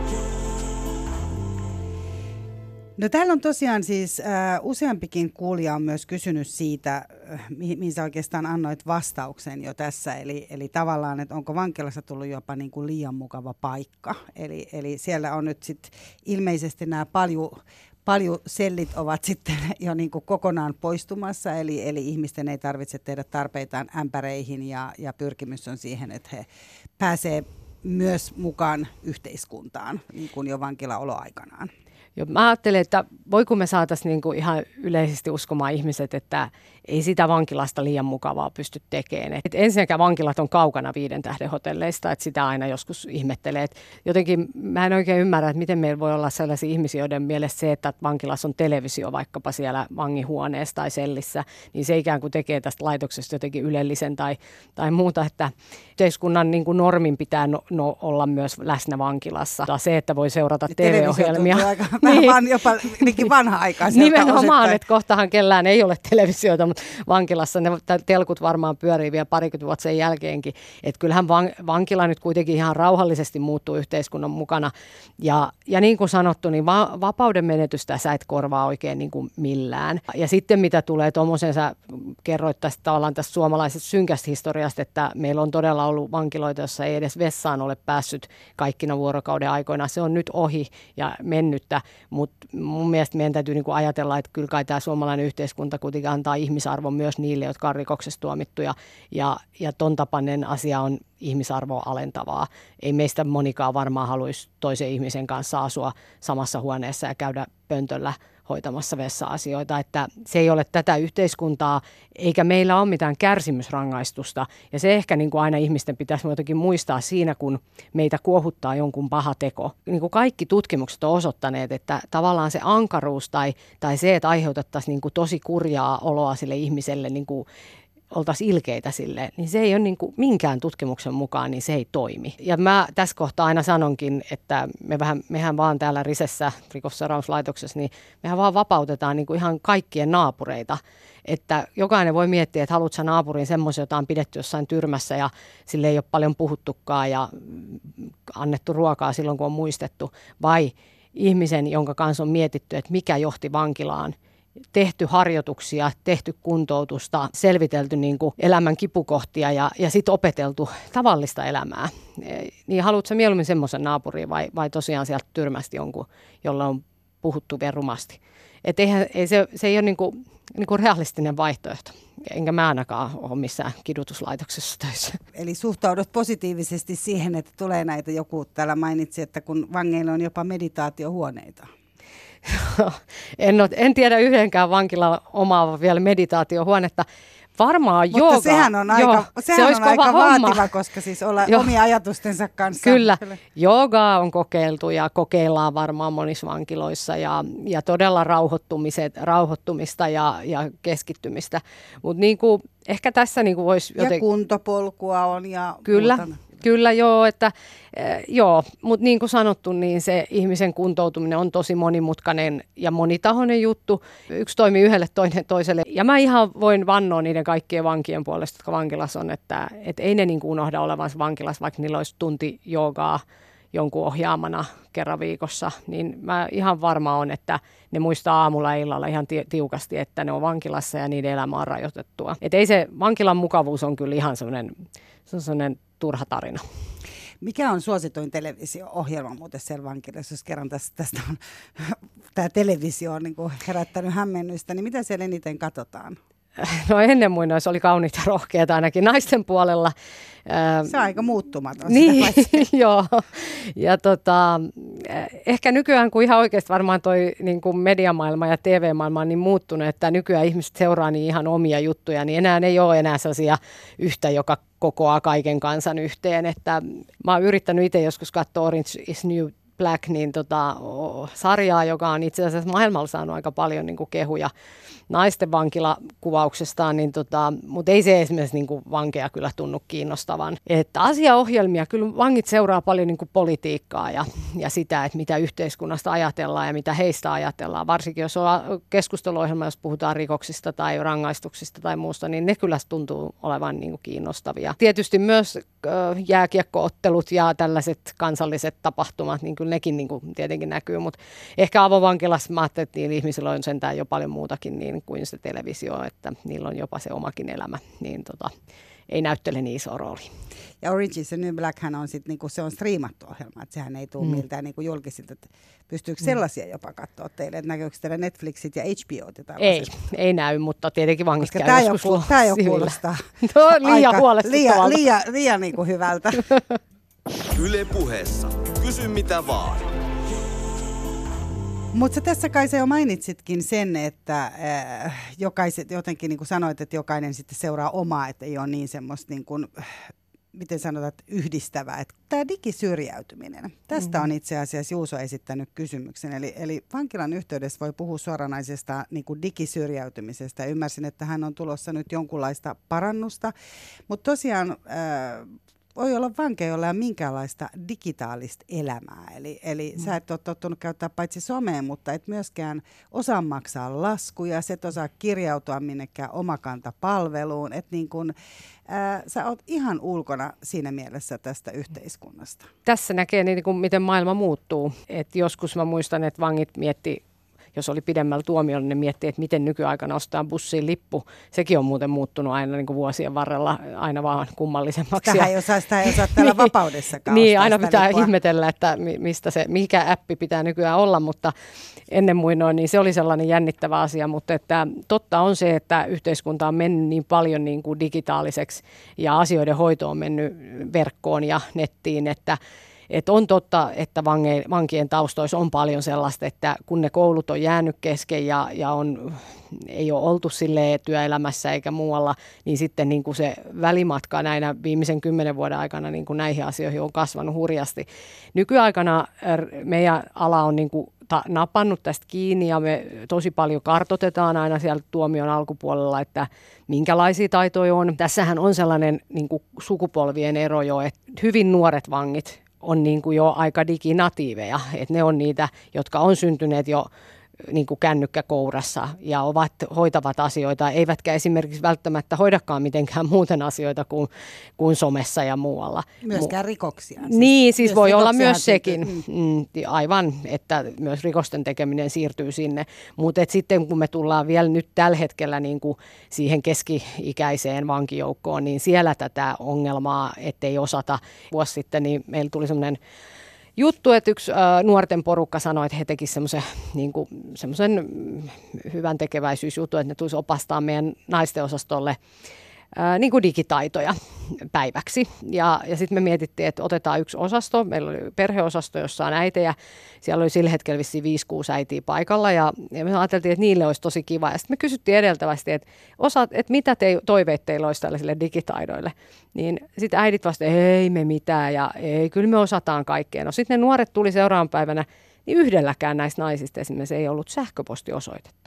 No täällä on tosiaan siis äh, useampikin kuulija on myös kysynyt siitä, äh, mihin, mihin sä oikeastaan annoit vastauksen jo tässä. Eli, eli tavallaan, että onko vankilassa tullut jopa niin kuin liian mukava paikka. Eli, eli siellä on nyt sitten ilmeisesti nämä paljon, paljon sellit ovat sitten jo niin kuin kokonaan poistumassa. Eli, eli ihmisten ei tarvitse tehdä tarpeitaan ämpäreihin ja, ja pyrkimys on siihen, että he pääsee myös mukaan yhteiskuntaan niin kuin jo vankilaoloaikanaan. Jo, mä ajattelen, että voiko me saataisiin niinku ihan yleisesti uskomaan ihmiset, että ei sitä vankilasta liian mukavaa pysty tekemään. Et ensinnäkään vankilat on kaukana viiden tähden hotelleista, että sitä aina joskus ihmettelee. Et jotenkin mä en oikein ymmärrä, että miten meillä voi olla sellaisia ihmisiä, joiden mielestä se, että vankilassa on televisio vaikkapa siellä vanginhuoneessa tai sellissä, niin se ikään kuin tekee tästä laitoksesta jotenkin ylellisen tai, tai muuta, että yhteiskunnan niin kuin normin pitää no, no, olla myös läsnä vankilassa. Se, että voi seurata T V-ohjelmia. Niin. Vähän jopa vanha-aikaisia. Nimenomaan, että kohtahan kellään ei ole televisiota, mutta vankilassa ne telkut varmaan pyörii vielä parikymmentä vuotta sen jälkeenkin. Että kyllähän van, vankila nyt kuitenkin ihan rauhallisesti muuttuu yhteiskunnan mukana. Ja, ja niin kuin sanottu, niin va, vapauden menetystä sä et korvaa oikein niin kuin millään. Ja sitten mitä tulee tuommoisen, sä kerroit tästä tavallaan tästä suomalaisesta synkästä historiasta, että meillä on todella ollut vankiloita, joissa ei edes vessaan ole päässyt kaikkina vuorokauden aikoina. Se on nyt ohi ja mennyttä. Mutta mun mielestä meidän täytyy niinku ajatella, että kyllä kai tämä suomalainen yhteiskunta kuitenkin antaa ihmisarvon myös niille, jotka on rikoksesta tuomittuja. Ja, ja ton tapainen asia on ihmisarvoa alentavaa. Ei meistä monikaan varmaan haluaisi toisen ihmisen kanssa asua samassa huoneessa ja käydä pöntöllä hoitamassa vessa-asioita, että se ei ole tätä yhteiskuntaa, eikä meillä ole mitään kärsimysrangaistusta. Ja se ehkä niin kuin aina ihmisten pitäisi jotenkin muistaa siinä, kun meitä kuohuttaa jonkun paha teko. Niin kuin kaikki tutkimukset on osoittaneet, että tavallaan se ankaruus tai, tai se, että aiheutettaisiin niin kuin tosi kurjaa oloa sille ihmiselle, niin kuin oltaisiin ilkeitä sille, niin se ei ole niin kuin minkään tutkimuksen mukaan, niin se ei toimi. Ja mä tässä kohtaa aina sanonkin, että me vähän, mehän vaan täällä Risessä, rikosseuraamuslaitoksessa, niin mehän vaan vapautetaan niin kuin ihan kaikkien naapureita. Että jokainen voi miettiä, että haluatko sä naapurin semmoisen, jota on pidetty jossain tyrmässä ja sille ei ole paljon puhuttukaan ja annettu ruokaa silloin, kun on muistettu, vai ihmisen, jonka kanssa on mietitty, että mikä johti vankilaan, tehty harjoituksia, tehty kuntoutusta, selvitelty niin kuin elämän kipukohtia ja, ja sitten opeteltu tavallista elämää. Niin haluatko sä mieluummin semmoisen naapurin vai, vai tosiaan sieltä tyrmästi jonkun, jolla on puhuttu verumasti? Et eihän, ei se, se ei ole niin kuin, niin kuin realistinen vaihtoehto. Enkä mä ainakaan ole missään kidutuslaitoksessa töissä. Eli suhtaudut positiivisesti siihen, että tulee näitä, joku täällä mainitsi, että kun vangeilla on jopa meditaatiohuoneita. En, ole, en tiedä yhdenkään vankila omaava vielä meditaatiohuonetta. Varmaan Mutta jooga. sehän on aika, Joo, sehän se olisi on aika kova homma. vaativa, koska siis olla Joo. omia ajatustensa kanssa. Kyllä, joogaa on kokeiltu ja kokeillaan varmaan monissa vankiloissa ja, ja todella rauhoittumiset, rauhoittumista ja, ja keskittymistä. Mutta niinku, ehkä tässä niinku voisi Ja joten... kuntopolkua on ja Kyllä. muuta. Kyllä joo, että äh, joo, mutta niin kuin sanottu, niin se ihmisen kuntoutuminen on tosi monimutkainen ja monitahoinen juttu. Yksi toimii yhdelle, toinen toiselle. Ja mä ihan voin vannoa niiden kaikkien vankien puolesta, jotka vankilassa on, että et ei ne niin kuin unohda olevansa vankilassa, vaikka niillä olisi tunti joogaa jonkun ohjaamana kerran viikossa. Niin mä ihan varma on, että ne muistaa aamulla ja illalla ihan ti- tiukasti, että ne on vankilassa ja niiden elämä on rajoitettua. Et ei se vankilan mukavuus on kyllä ihan semmoinen, se on semmoinen turha tarina. Mikä on suosituin televisio-ohjelma muuten siellä vankilassa, jos kerran tästä, tästä on tämä televisio on niin kuin herättänyt hämmennystä, niin mitä siellä eniten katsotaan? No ennen muinoin se oli kauniita ja rohkeata ainakin naisten puolella. Se on aika muuttumaton. Niin, joo. Ja tota, ehkä nykyään, kun ihan oikeasti varmaan toi niin kuin mediamaailma ja T V-maailma on niin muuttunut, että nykyään ihmiset seuraa niin ihan omia juttuja, niin enää ei ole enää sellaisia yhtä, joka kokoaa kaiken kansan yhteen. Että mä oon yrittänyt itse joskus katsoa Orange is New Black, niin tota, sarjaa, joka on itse asiassa maailmalla saanut aika paljon niin kuin kehuja naisten vankilakuvauksestaan, niin tota, mutta ei se esimerkiksi niin kuin vankeja kyllä tunnu kiinnostavan. Että asiaohjelmia, kyllä vangit seuraa paljon niin kuin politiikkaa ja, ja sitä, että mitä yhteiskunnasta ajatellaan ja mitä heistä ajatellaan. Varsinkin jos on keskusteluohjelma, jos puhutaan rikoksista tai rangaistuksista tai muusta, niin ne kyllä tuntuu olevan niin kuin kiinnostavia. Tietysti myös äh, jääkiekkoottelut ja tällaiset kansalliset tapahtumat, niin kyllä nekin niin kuin tietenkin näkyy, mutta ehkä avovankilassa mä ajattelin, että niillä ihmisillä on sentään jo paljon muutakin niin kuin se televisio, että niillä on jopa se omakin elämä, niin tota, ei näyttele niin iso rooli. Ja Orange is the New Blackhän on sitten niinku, se on striimattu ohjelma, että sehän ei tule mm. miltään niinku julkisilta. Pystyykö mm. sellaisia jopa katsoa teille, että näkyykö teillä Netflixit ja H B O:t ja Ei, ei näy, mutta tietenkin vangit koska käy tämä joskus Tämä jo kuulostaa no, liian huolestuttavalta. Liian, liian, liian niinku hyvältä. Yle Puheessa. Kysy mitä vaan. Mutta tässä kai se jo mainitsitkin sen, että äh, jokaiset, jotenkin niin kuin sanoit, että jokainen sitten seuraa omaa, että ei ole niin semmoista, niin kuin, miten sanotaan, yhdistävää. Että tämä digisyrjäytyminen, tästä mm-hmm. on itse asiassa Juuso esittänyt kysymyksen. Eli, eli vankilan yhteydessä voi puhua suoranaisesta niin kuin digisyrjäytymisestä. Ymmärsin, että hän on tulossa nyt jonkunlaista parannusta, mutta tosiaan... Äh, voi olla vankeja, jolla ei ole minkäänlaista digitaalista elämää. Eli, eli mm. sä et ole tottunut käyttää paitsi somea, mutta et myöskään osaa maksaa laskuja, sä et osaa kirjautua minnekään omakantapalveluun. Et niin kun, ää, sä oot ihan ulkona siinä mielessä tästä yhteiskunnasta. Tässä näkee niin kuin, miten maailma muuttuu. Et joskus mä muistan, että vangit mietti, jos oli pidemmällä tuomiolla, niin ne miettii, että miten nykyaikana ostaa bussiin lippu. Sekin on muuten muuttunut aina niin kuin vuosien varrella aina vaan kummallisemmaksi. Sitä ei osaa, sitä ei osaa täällä niin, vapaudessakaan Niin, aina pitää lippua. ihmetellä, että mistä se, mikä appi pitää nykyään olla, mutta ennen muinoin niin se oli sellainen jännittävä asia. Mutta että totta on se, että yhteiskunta on mennyt niin paljon niin kuin digitaaliseksi ja asioiden hoito on mennyt verkkoon ja nettiin, että Että on totta, että vange, vankien taustoissa on paljon sellaista, että kun ne koulut on jäänyt kesken ja, ja on, ei ole oltu silleen työelämässä eikä muualla, niin sitten niin kuin se välimatka näinä viimeisen kymmenen vuoden aikana niin kuin näihin asioihin on kasvanut hurjasti. Nykyaikana meidän ala on niin kuin ta- napannut tästä kiinni ja me tosi paljon kartoitetaan aina siellä tuomion alkupuolella, että minkälaisia taitoja on. Tässähän on sellainen niin kuin sukupolvien ero jo, että hyvin nuoret vangit on niin kuin jo aika diginatiiveja, että ne on niitä, jotka on syntyneet jo niin kuin kännykkä kourassa ja ovat, hoitavat asioita, eivätkä esimerkiksi välttämättä hoidakaan mitenkään muuten asioita kuin, kuin somessa ja muualla. Myöskään rikoksia. Siis niin, siis myös voi olla myös syntyy. sekin, mm, aivan, että myös rikosten tekeminen siirtyy sinne, mutta sitten kun me tullaan vielä nyt tällä hetkellä niin kuin siihen keski-ikäiseen vankijoukkoon, niin siellä tätä ongelmaa, ettei osata. Vuosi sitten niin meillä tuli semmoinen juttu, että yksi ä, nuorten porukka sanoi, että he tekisivät semmoisen niin kuin, semmoisen hyvän tekeväisyysjutun, että ne tulisi opastaa meidän naisten osastolle ää, niin kuin digitaitoja päiväksi. Ja, ja sitten me mietittiin, että otetaan yksi osasto. Meillä oli perheosasto, jossa on äitejä. Siellä oli sillä hetkellä vissiin viisi kuusi äitiä paikalla ja, ja me ajateltiin, että niille olisi tosi kiva. Ja sitten me kysyttiin edeltävästi, että, osaat, että mitä te, toiveet teillä olisi tällaisille digitaidoille. Niin sitten äidit vasta, ei me mitään ja ei, kyllä me osataan kaikkea. No sitten ne nuoret tuli seuraavan päivänä, niin yhdelläkään näistä naisista esimerkiksi ei ollut sähköpostiosoitetta.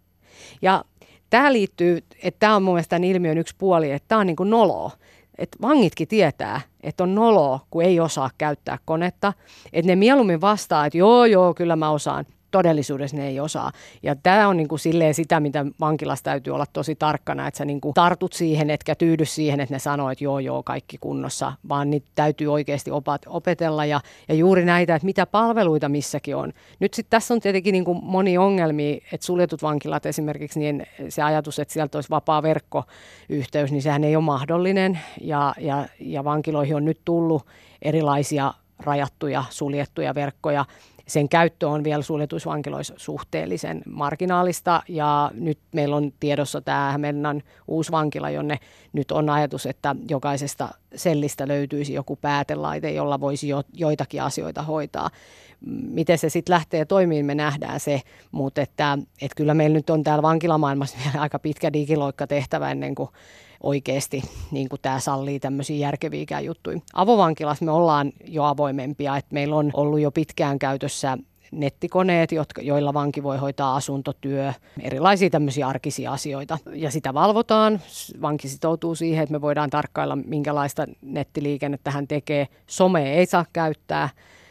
Ja tämä liittyy, että tämä on mun mielestä tämän ilmiön yksi puoli, että tämä on niin kuin noloa. Että vangitkin tietää, että on noloa, kun ei osaa käyttää konetta. Että ne mieluummin vastaa, että joo, joo, kyllä mä osaan. Todellisuudessa ne ei osaa. Ja tämä on niin kuin silleen sitä, mitä vankilassa täytyy olla tosi tarkkana, että sä niin kuin tartut siihen, etkä tyydy siihen, että ne sanoo, että joo, joo, kaikki kunnossa, vaan niitä täytyy oikeasti opetella. Ja, ja juuri näitä, että mitä palveluita missäkin on. Nyt sitten tässä on tietenkin niin kuin moni ongelmia, että suljetut vankilat esimerkiksi, niin se ajatus, että sieltä olisi vapaa verkkoyhteys, niin sehän ei ole mahdollinen. Ja, ja, ja vankiloihin on nyt tullut erilaisia rajattuja, suljettuja verkkoja. Sen käyttö on vielä suljetuissa vankiloissa suhteellisen marginaalista ja nyt meillä on tiedossa tämä Hämeenlinnan uusi vankila, jonne nyt on ajatus, että jokaisesta sellistä löytyisi joku päätelaite, jolla voisi jo, joitakin asioita hoitaa. Miten se sitten lähtee toimiin, me nähdään se, mutta että, että kyllä meillä nyt on täällä vankilamaailmassa vielä aika pitkä digiloikka tehtävä ennen kuin oikeasti niin kuin tämä sallii tämmöisiä järkeviäkään juttuja. Avovankilassa me ollaan jo avoimempia, että meillä on ollut jo pitkään käytössä nettikoneet, jotka, joilla vanki voi hoitaa asuntotyö, erilaisia tämmöisiä arkisia asioita. Ja sitä valvotaan. Vanki sitoutuu siihen, että me voidaan tarkkailla, minkälaista nettiliikennettä hän tekee. Some ei saa käyttää.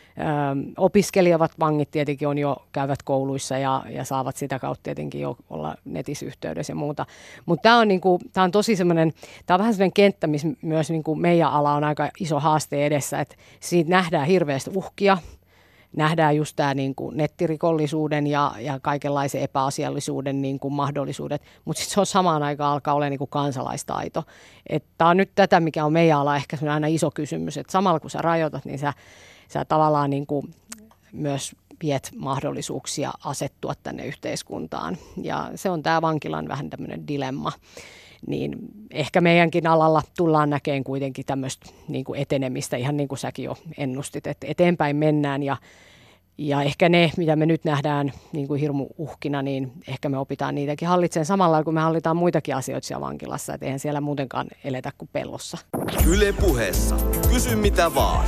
Ö, opiskelevat vangit tietenkin on jo, käyvät kouluissa ja, ja saavat sitä kautta tietenkin jo olla netissä yhteydessä ja muuta. Mutta tämä on, niinku, tää on tosi semmoinen, tämä on vähän semmoinen kenttä, missä myös niinku meidän ala on aika iso haaste edessä, että siitä nähdään hirveästi uhkia. Nähdään just tämä niinku nettirikollisuuden ja, ja kaikenlaisen epäasiallisuuden niinku mahdollisuudet, mutta sitten se on samaan aikaan alkaa olla niinku kansalaistaito. Tämä on nyt tätä, mikä on meidän ala ehkä aina iso kysymys, että samalla kun sä rajoitat, niin sä Sä tavallaan niin kuin myös viet mahdollisuuksia asettua tänne yhteiskuntaan. Ja se on tämä vankilan vähän tämmöinen dilemma. Niin ehkä meidänkin alalla tullaan näkemään kuitenkin tämmöistä niin kuin etenemistä, ihan niin kuin säkin jo ennustit, että eteenpäin mennään. Ja, ja ehkä ne, mitä me nyt nähdään niin kuin hirmu uhkina, niin ehkä me opitaan niitäkin hallitsemaan samalla, kun me hallitaan muitakin asioita siellä vankilassa. Että eihän siellä muutenkaan eletä kuin pellossa. Yle Puheessa. Kysy mitä vaan.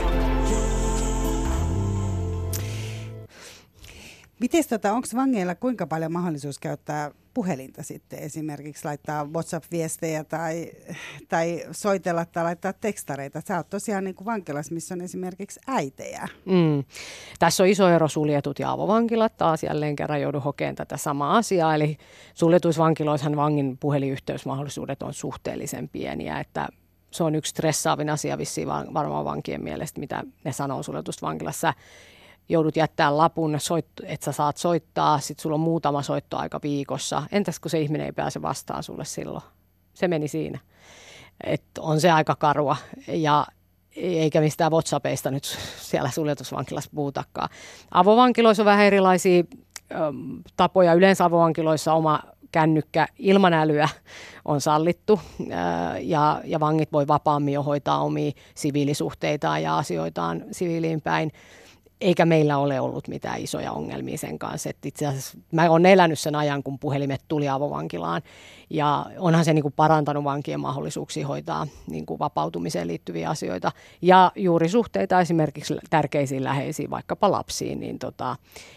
Mites tota, onko vangeilla kuinka paljon mahdollisuus käyttää puhelinta sitten esimerkiksi laittaa WhatsApp-viestejä tai, tai soitella tai laittaa tekstareita? Sä oot tosiaan niin kuin vankilassa, missä on esimerkiksi äitejä. Mm. Tässä on iso ero suljetut ja avovankilat. Taas jälleen kerran joudun hokemaan tätä samaa asiaa. Eli suljetuissa vankiloissahan vangin puhelinyhteysmahdollisuudet on suhteellisen pieniä, että se on yksi stressaavin asia vissiin varmaan vankien mielestä, mitä ne sanoo suljetusta vankilassa. Joudut jättää lapun, että sä saat soittaa, sitten sulla on muutama soittoaika viikossa. Entäs kun se ihminen ei pääse vastaan sulle silloin? Se meni siinä. Et on se aika karua, ja eikä mistään WhatsAppeista nyt siellä suljetusvankilassa puhutakaan. Avovankiloissa on vähän erilaisia ö, tapoja. Yleensä avovankiloissa oma kännykkä ilman älyä on sallittu, ö, ja, ja vangit voi vapaammin jo hoitaa omia siviilisuhteitaan ja asioitaan siviiliin päin. Eikä meillä ole ollut mitään isoja ongelmia sen kanssa. Et itse asiassa mä olen elänyt sen ajan, kun puhelimet tuli avovankilaan. Ja onhan se niin kuin parantanut vankien mahdollisuuksia hoitaa niin kuin vapautumiseen liittyviä asioita. Ja juuri suhteita esimerkiksi tärkeisiin läheisiin, vaikkapa lapsiin, niin tota,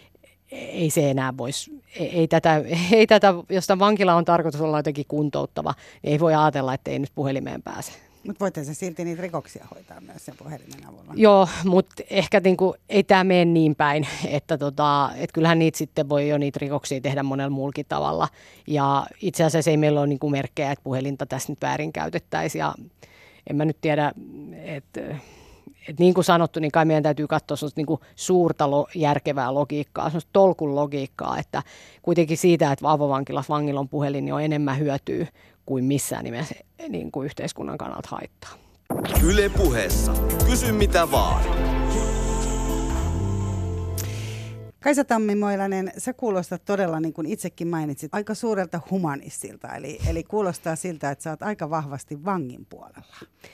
ei se enää voisi, ei, ei, tätä, ei tätä, jos tämä vankila on tarkoitus olla jotenkin kuntouttava, niin ei voi ajatella, että ei nyt puhelimeen pääse. Mutta voitte se silti niitä rikoksia hoitaa myös sen puhelimen avulla. Joo, mutta ehkä niinku, ei tämä mene niin päin, että tota, et kyllähän niitä sitten voi jo niitä rikoksia tehdä monella muullakin tavalla. Ja itse asiassa ei meillä ole niinku merkkejä, että puhelinta tässä nyt väärin käytettäisiin. Ja en mä nyt tiedä, että et niin kuin sanottu, niin kai meidän täytyy katsoa niinku suurta lo, järkevää logiikkaa, semmoista tolkun logiikkaa, että kuitenkin siitä, että avovankilassa vangilla on puhelin, niin on enemmän hyötyä kuin missään nimessä niin kuin yhteiskunnan kannalta haittaa. Yle Puheessa. Kysy mitä vaan. Kaisa Tammimoilanen, sä kuulostat todella, niin kuin itsekin mainitsit, aika suurelta humanistilta. Eli, eli kuulostaa siltä, että sä oot aika vahvasti vangin puolella.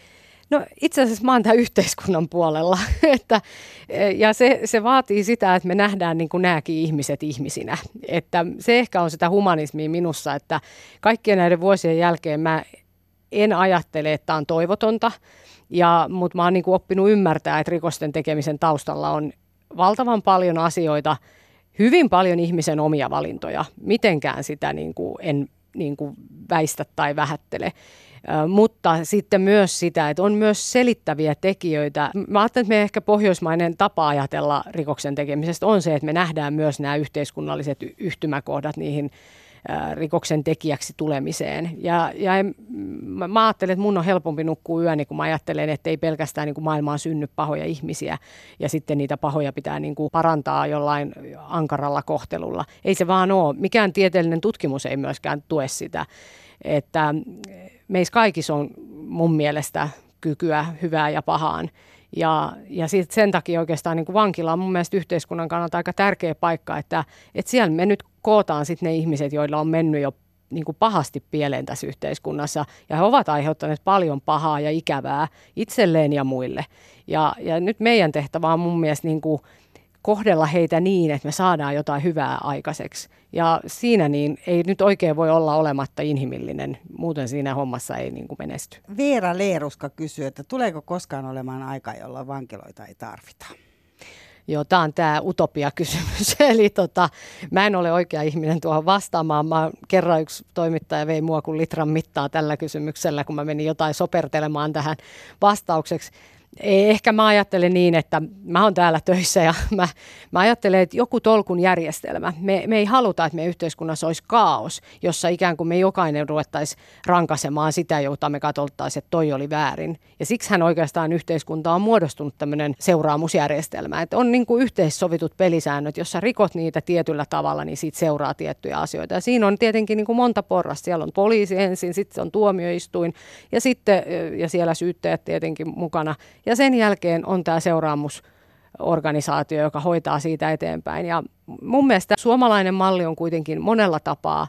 No itse asiassa mä oon tämän yhteiskunnan puolella. että, ja se, se vaatii sitä, että me nähdään niin kuin nämäkin ihmiset ihmisinä. Että se ehkä on sitä humanismia minussa, että kaikkien näiden vuosien jälkeen mä en ajattele, että tämä on toivotonta. Ja, mutta mä oon niin kuin oppinut ymmärtää, että rikosten tekemisen taustalla on valtavan paljon asioita, hyvin paljon ihmisen omia valintoja. Mitenkään sitä niin kuin en niin kuin väistä tai vähättele. Ö, mutta sitten myös sitä, että on myös selittäviä tekijöitä. Mä ajattelen, että meidän ehkä pohjoismainen tapa ajatella rikoksen tekemisestä on se, että me nähdään myös nämä yhteiskunnalliset yhtymäkohdat niihin rikoksen tekijäksi tulemiseen. Ja, ja mä, mä ajattelen, että mun on helpompi nukkua yöni, kun mä ajattelen, että ei pelkästään niin kuin maailmaan synny pahoja ihmisiä ja sitten niitä pahoja pitää niin kuin parantaa jollain ankaralla kohtelulla. Ei se vaan ole. Mikään tieteellinen tutkimus ei myöskään tue sitä, että meissä kaikissa on mun mielestä kykyä hyvään ja pahaan. Ja, ja sit sen takia oikeastaan niin kuin vankila on mun mielestä yhteiskunnan kannalta aika tärkeä paikka, että, että siellä me nyt kootaan sit ne ihmiset, joilla on mennyt jo niin kuin pahasti pieleen tässä yhteiskunnassa. Ja he ovat aiheuttaneet paljon pahaa ja ikävää itselleen ja muille. Ja, ja nyt meidän tehtävä on mun mielestä niin kuin kohdella heitä niin, että me saadaan jotain hyvää aikaiseksi. Ja siinä niin ei nyt oikein voi olla olematta inhimillinen, muuten siinä hommassa ei niin kuin menesty. Veera Leeruska kysyy, että tuleeko koskaan olemaan aika, jolloin vankiloita ei tarvita? Joo, tämä on tämä utopia-kysymys. Eli tota, mä en ole oikea ihminen tuohon vastaamaan. Mä kerran yksi toimittaja vei mua kuin litran mittaa tällä kysymyksellä, kun mä menin jotain sopertelemaan tähän vastaukseksi. Ehkä mä ajattelen niin, että mä oon täällä töissä ja mä, mä ajattelen, että joku tolkun järjestelmä. Me, me ei haluta, että meidän yhteiskunnassa olisi kaos, jossa ikään kuin me jokainen ruvettaisiin rankasemaan sitä, jota me katsottaisiin, että toi oli väärin. Ja siksihän oikeastaan yhteiskunta on muodostunut tämmöinen seuraamusjärjestelmä. Että on niin kuin yhteissovitut pelisäännöt, jossa rikot niitä tietyllä tavalla, niin siitä seuraa tiettyjä asioita. Ja siinä on tietenkin niin kuin monta porrasta. Siellä on poliisi ensin, sitten on tuomioistuin ja, sitten, ja siellä syyttäjät tietenkin mukana. Ja sen jälkeen on tämä seuraamusorganisaatio, joka hoitaa siitä eteenpäin. Ja mun mielestä suomalainen malli on kuitenkin monella tapaa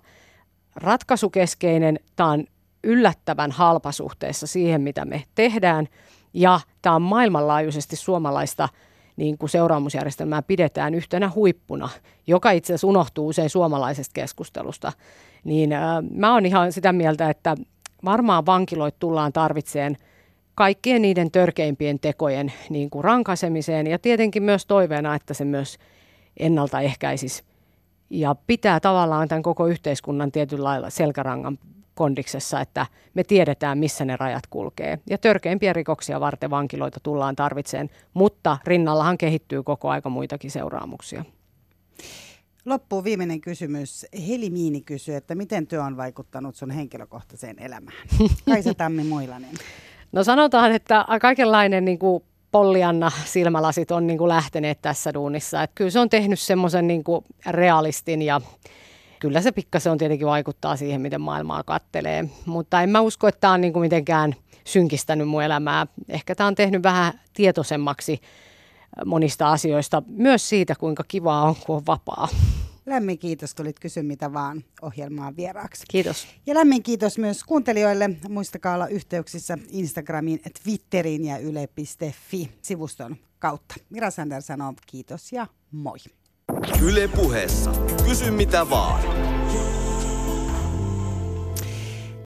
ratkaisukeskeinen. Tämä on yllättävän halpa suhteessa siihen, mitä me tehdään. Ja tämä on maailmanlaajuisesti suomalaista niin kuin seuraamusjärjestelmää pidetään yhtenä huippuna, joka itse asiassa unohtuu usein suomalaisesta keskustelusta. Niin äh, mä oon ihan sitä mieltä, että varmaan vankiloita tullaan tarvitseen kaikkien niiden törkeimpien tekojen niin kuin rankaisemiseen ja tietenkin myös toiveena, että se myös ennaltaehkäisisi ja pitää tavallaan tämän koko yhteiskunnan tietyllä lailla selkärangan kondiksessa, että me tiedetään, missä ne rajat kulkee. Ja törkeimpiä rikoksia varten vankiloita tullaan tarvitseen, mutta rinnallahan kehittyy koko aika muitakin seuraamuksia. Loppuun viimeinen kysymys. Heli Miini kysyy, että miten työ on vaikuttanut sun henkilökohtaiseen elämään? Kaisa Tammimoilanen. No sanotaan, että kaikenlainen niin kuin Pollianna silmälasit on niin kuin lähteneet tässä duunissa. Että kyllä se on tehnyt semmoisen niin kuin realistin ja kyllä se pikkasen on tietenkin vaikuttaa siihen, miten maailmaa kattelee. Mutta en mä usko, että tämä on niin kuin mitenkään synkistänyt mun elämää. Ehkä tämä on tehnyt vähän tietoisemmaksi monista asioista. Myös siitä, kuinka kivaa on, kun on vapaa. Lämmin kiitos, tulit Kysy mitä vaan -ohjelmaan vieraaksi. Kiitos. Ja lämmin kiitos myös kuuntelijoille. Muistakaa olla yhteyksissä Instagramiin, Twitteriin ja yle piste fi-sivuston kautta. Mira Sander sanoo kiitos ja moi. Yle Puheessa. Kysy mitä vaan.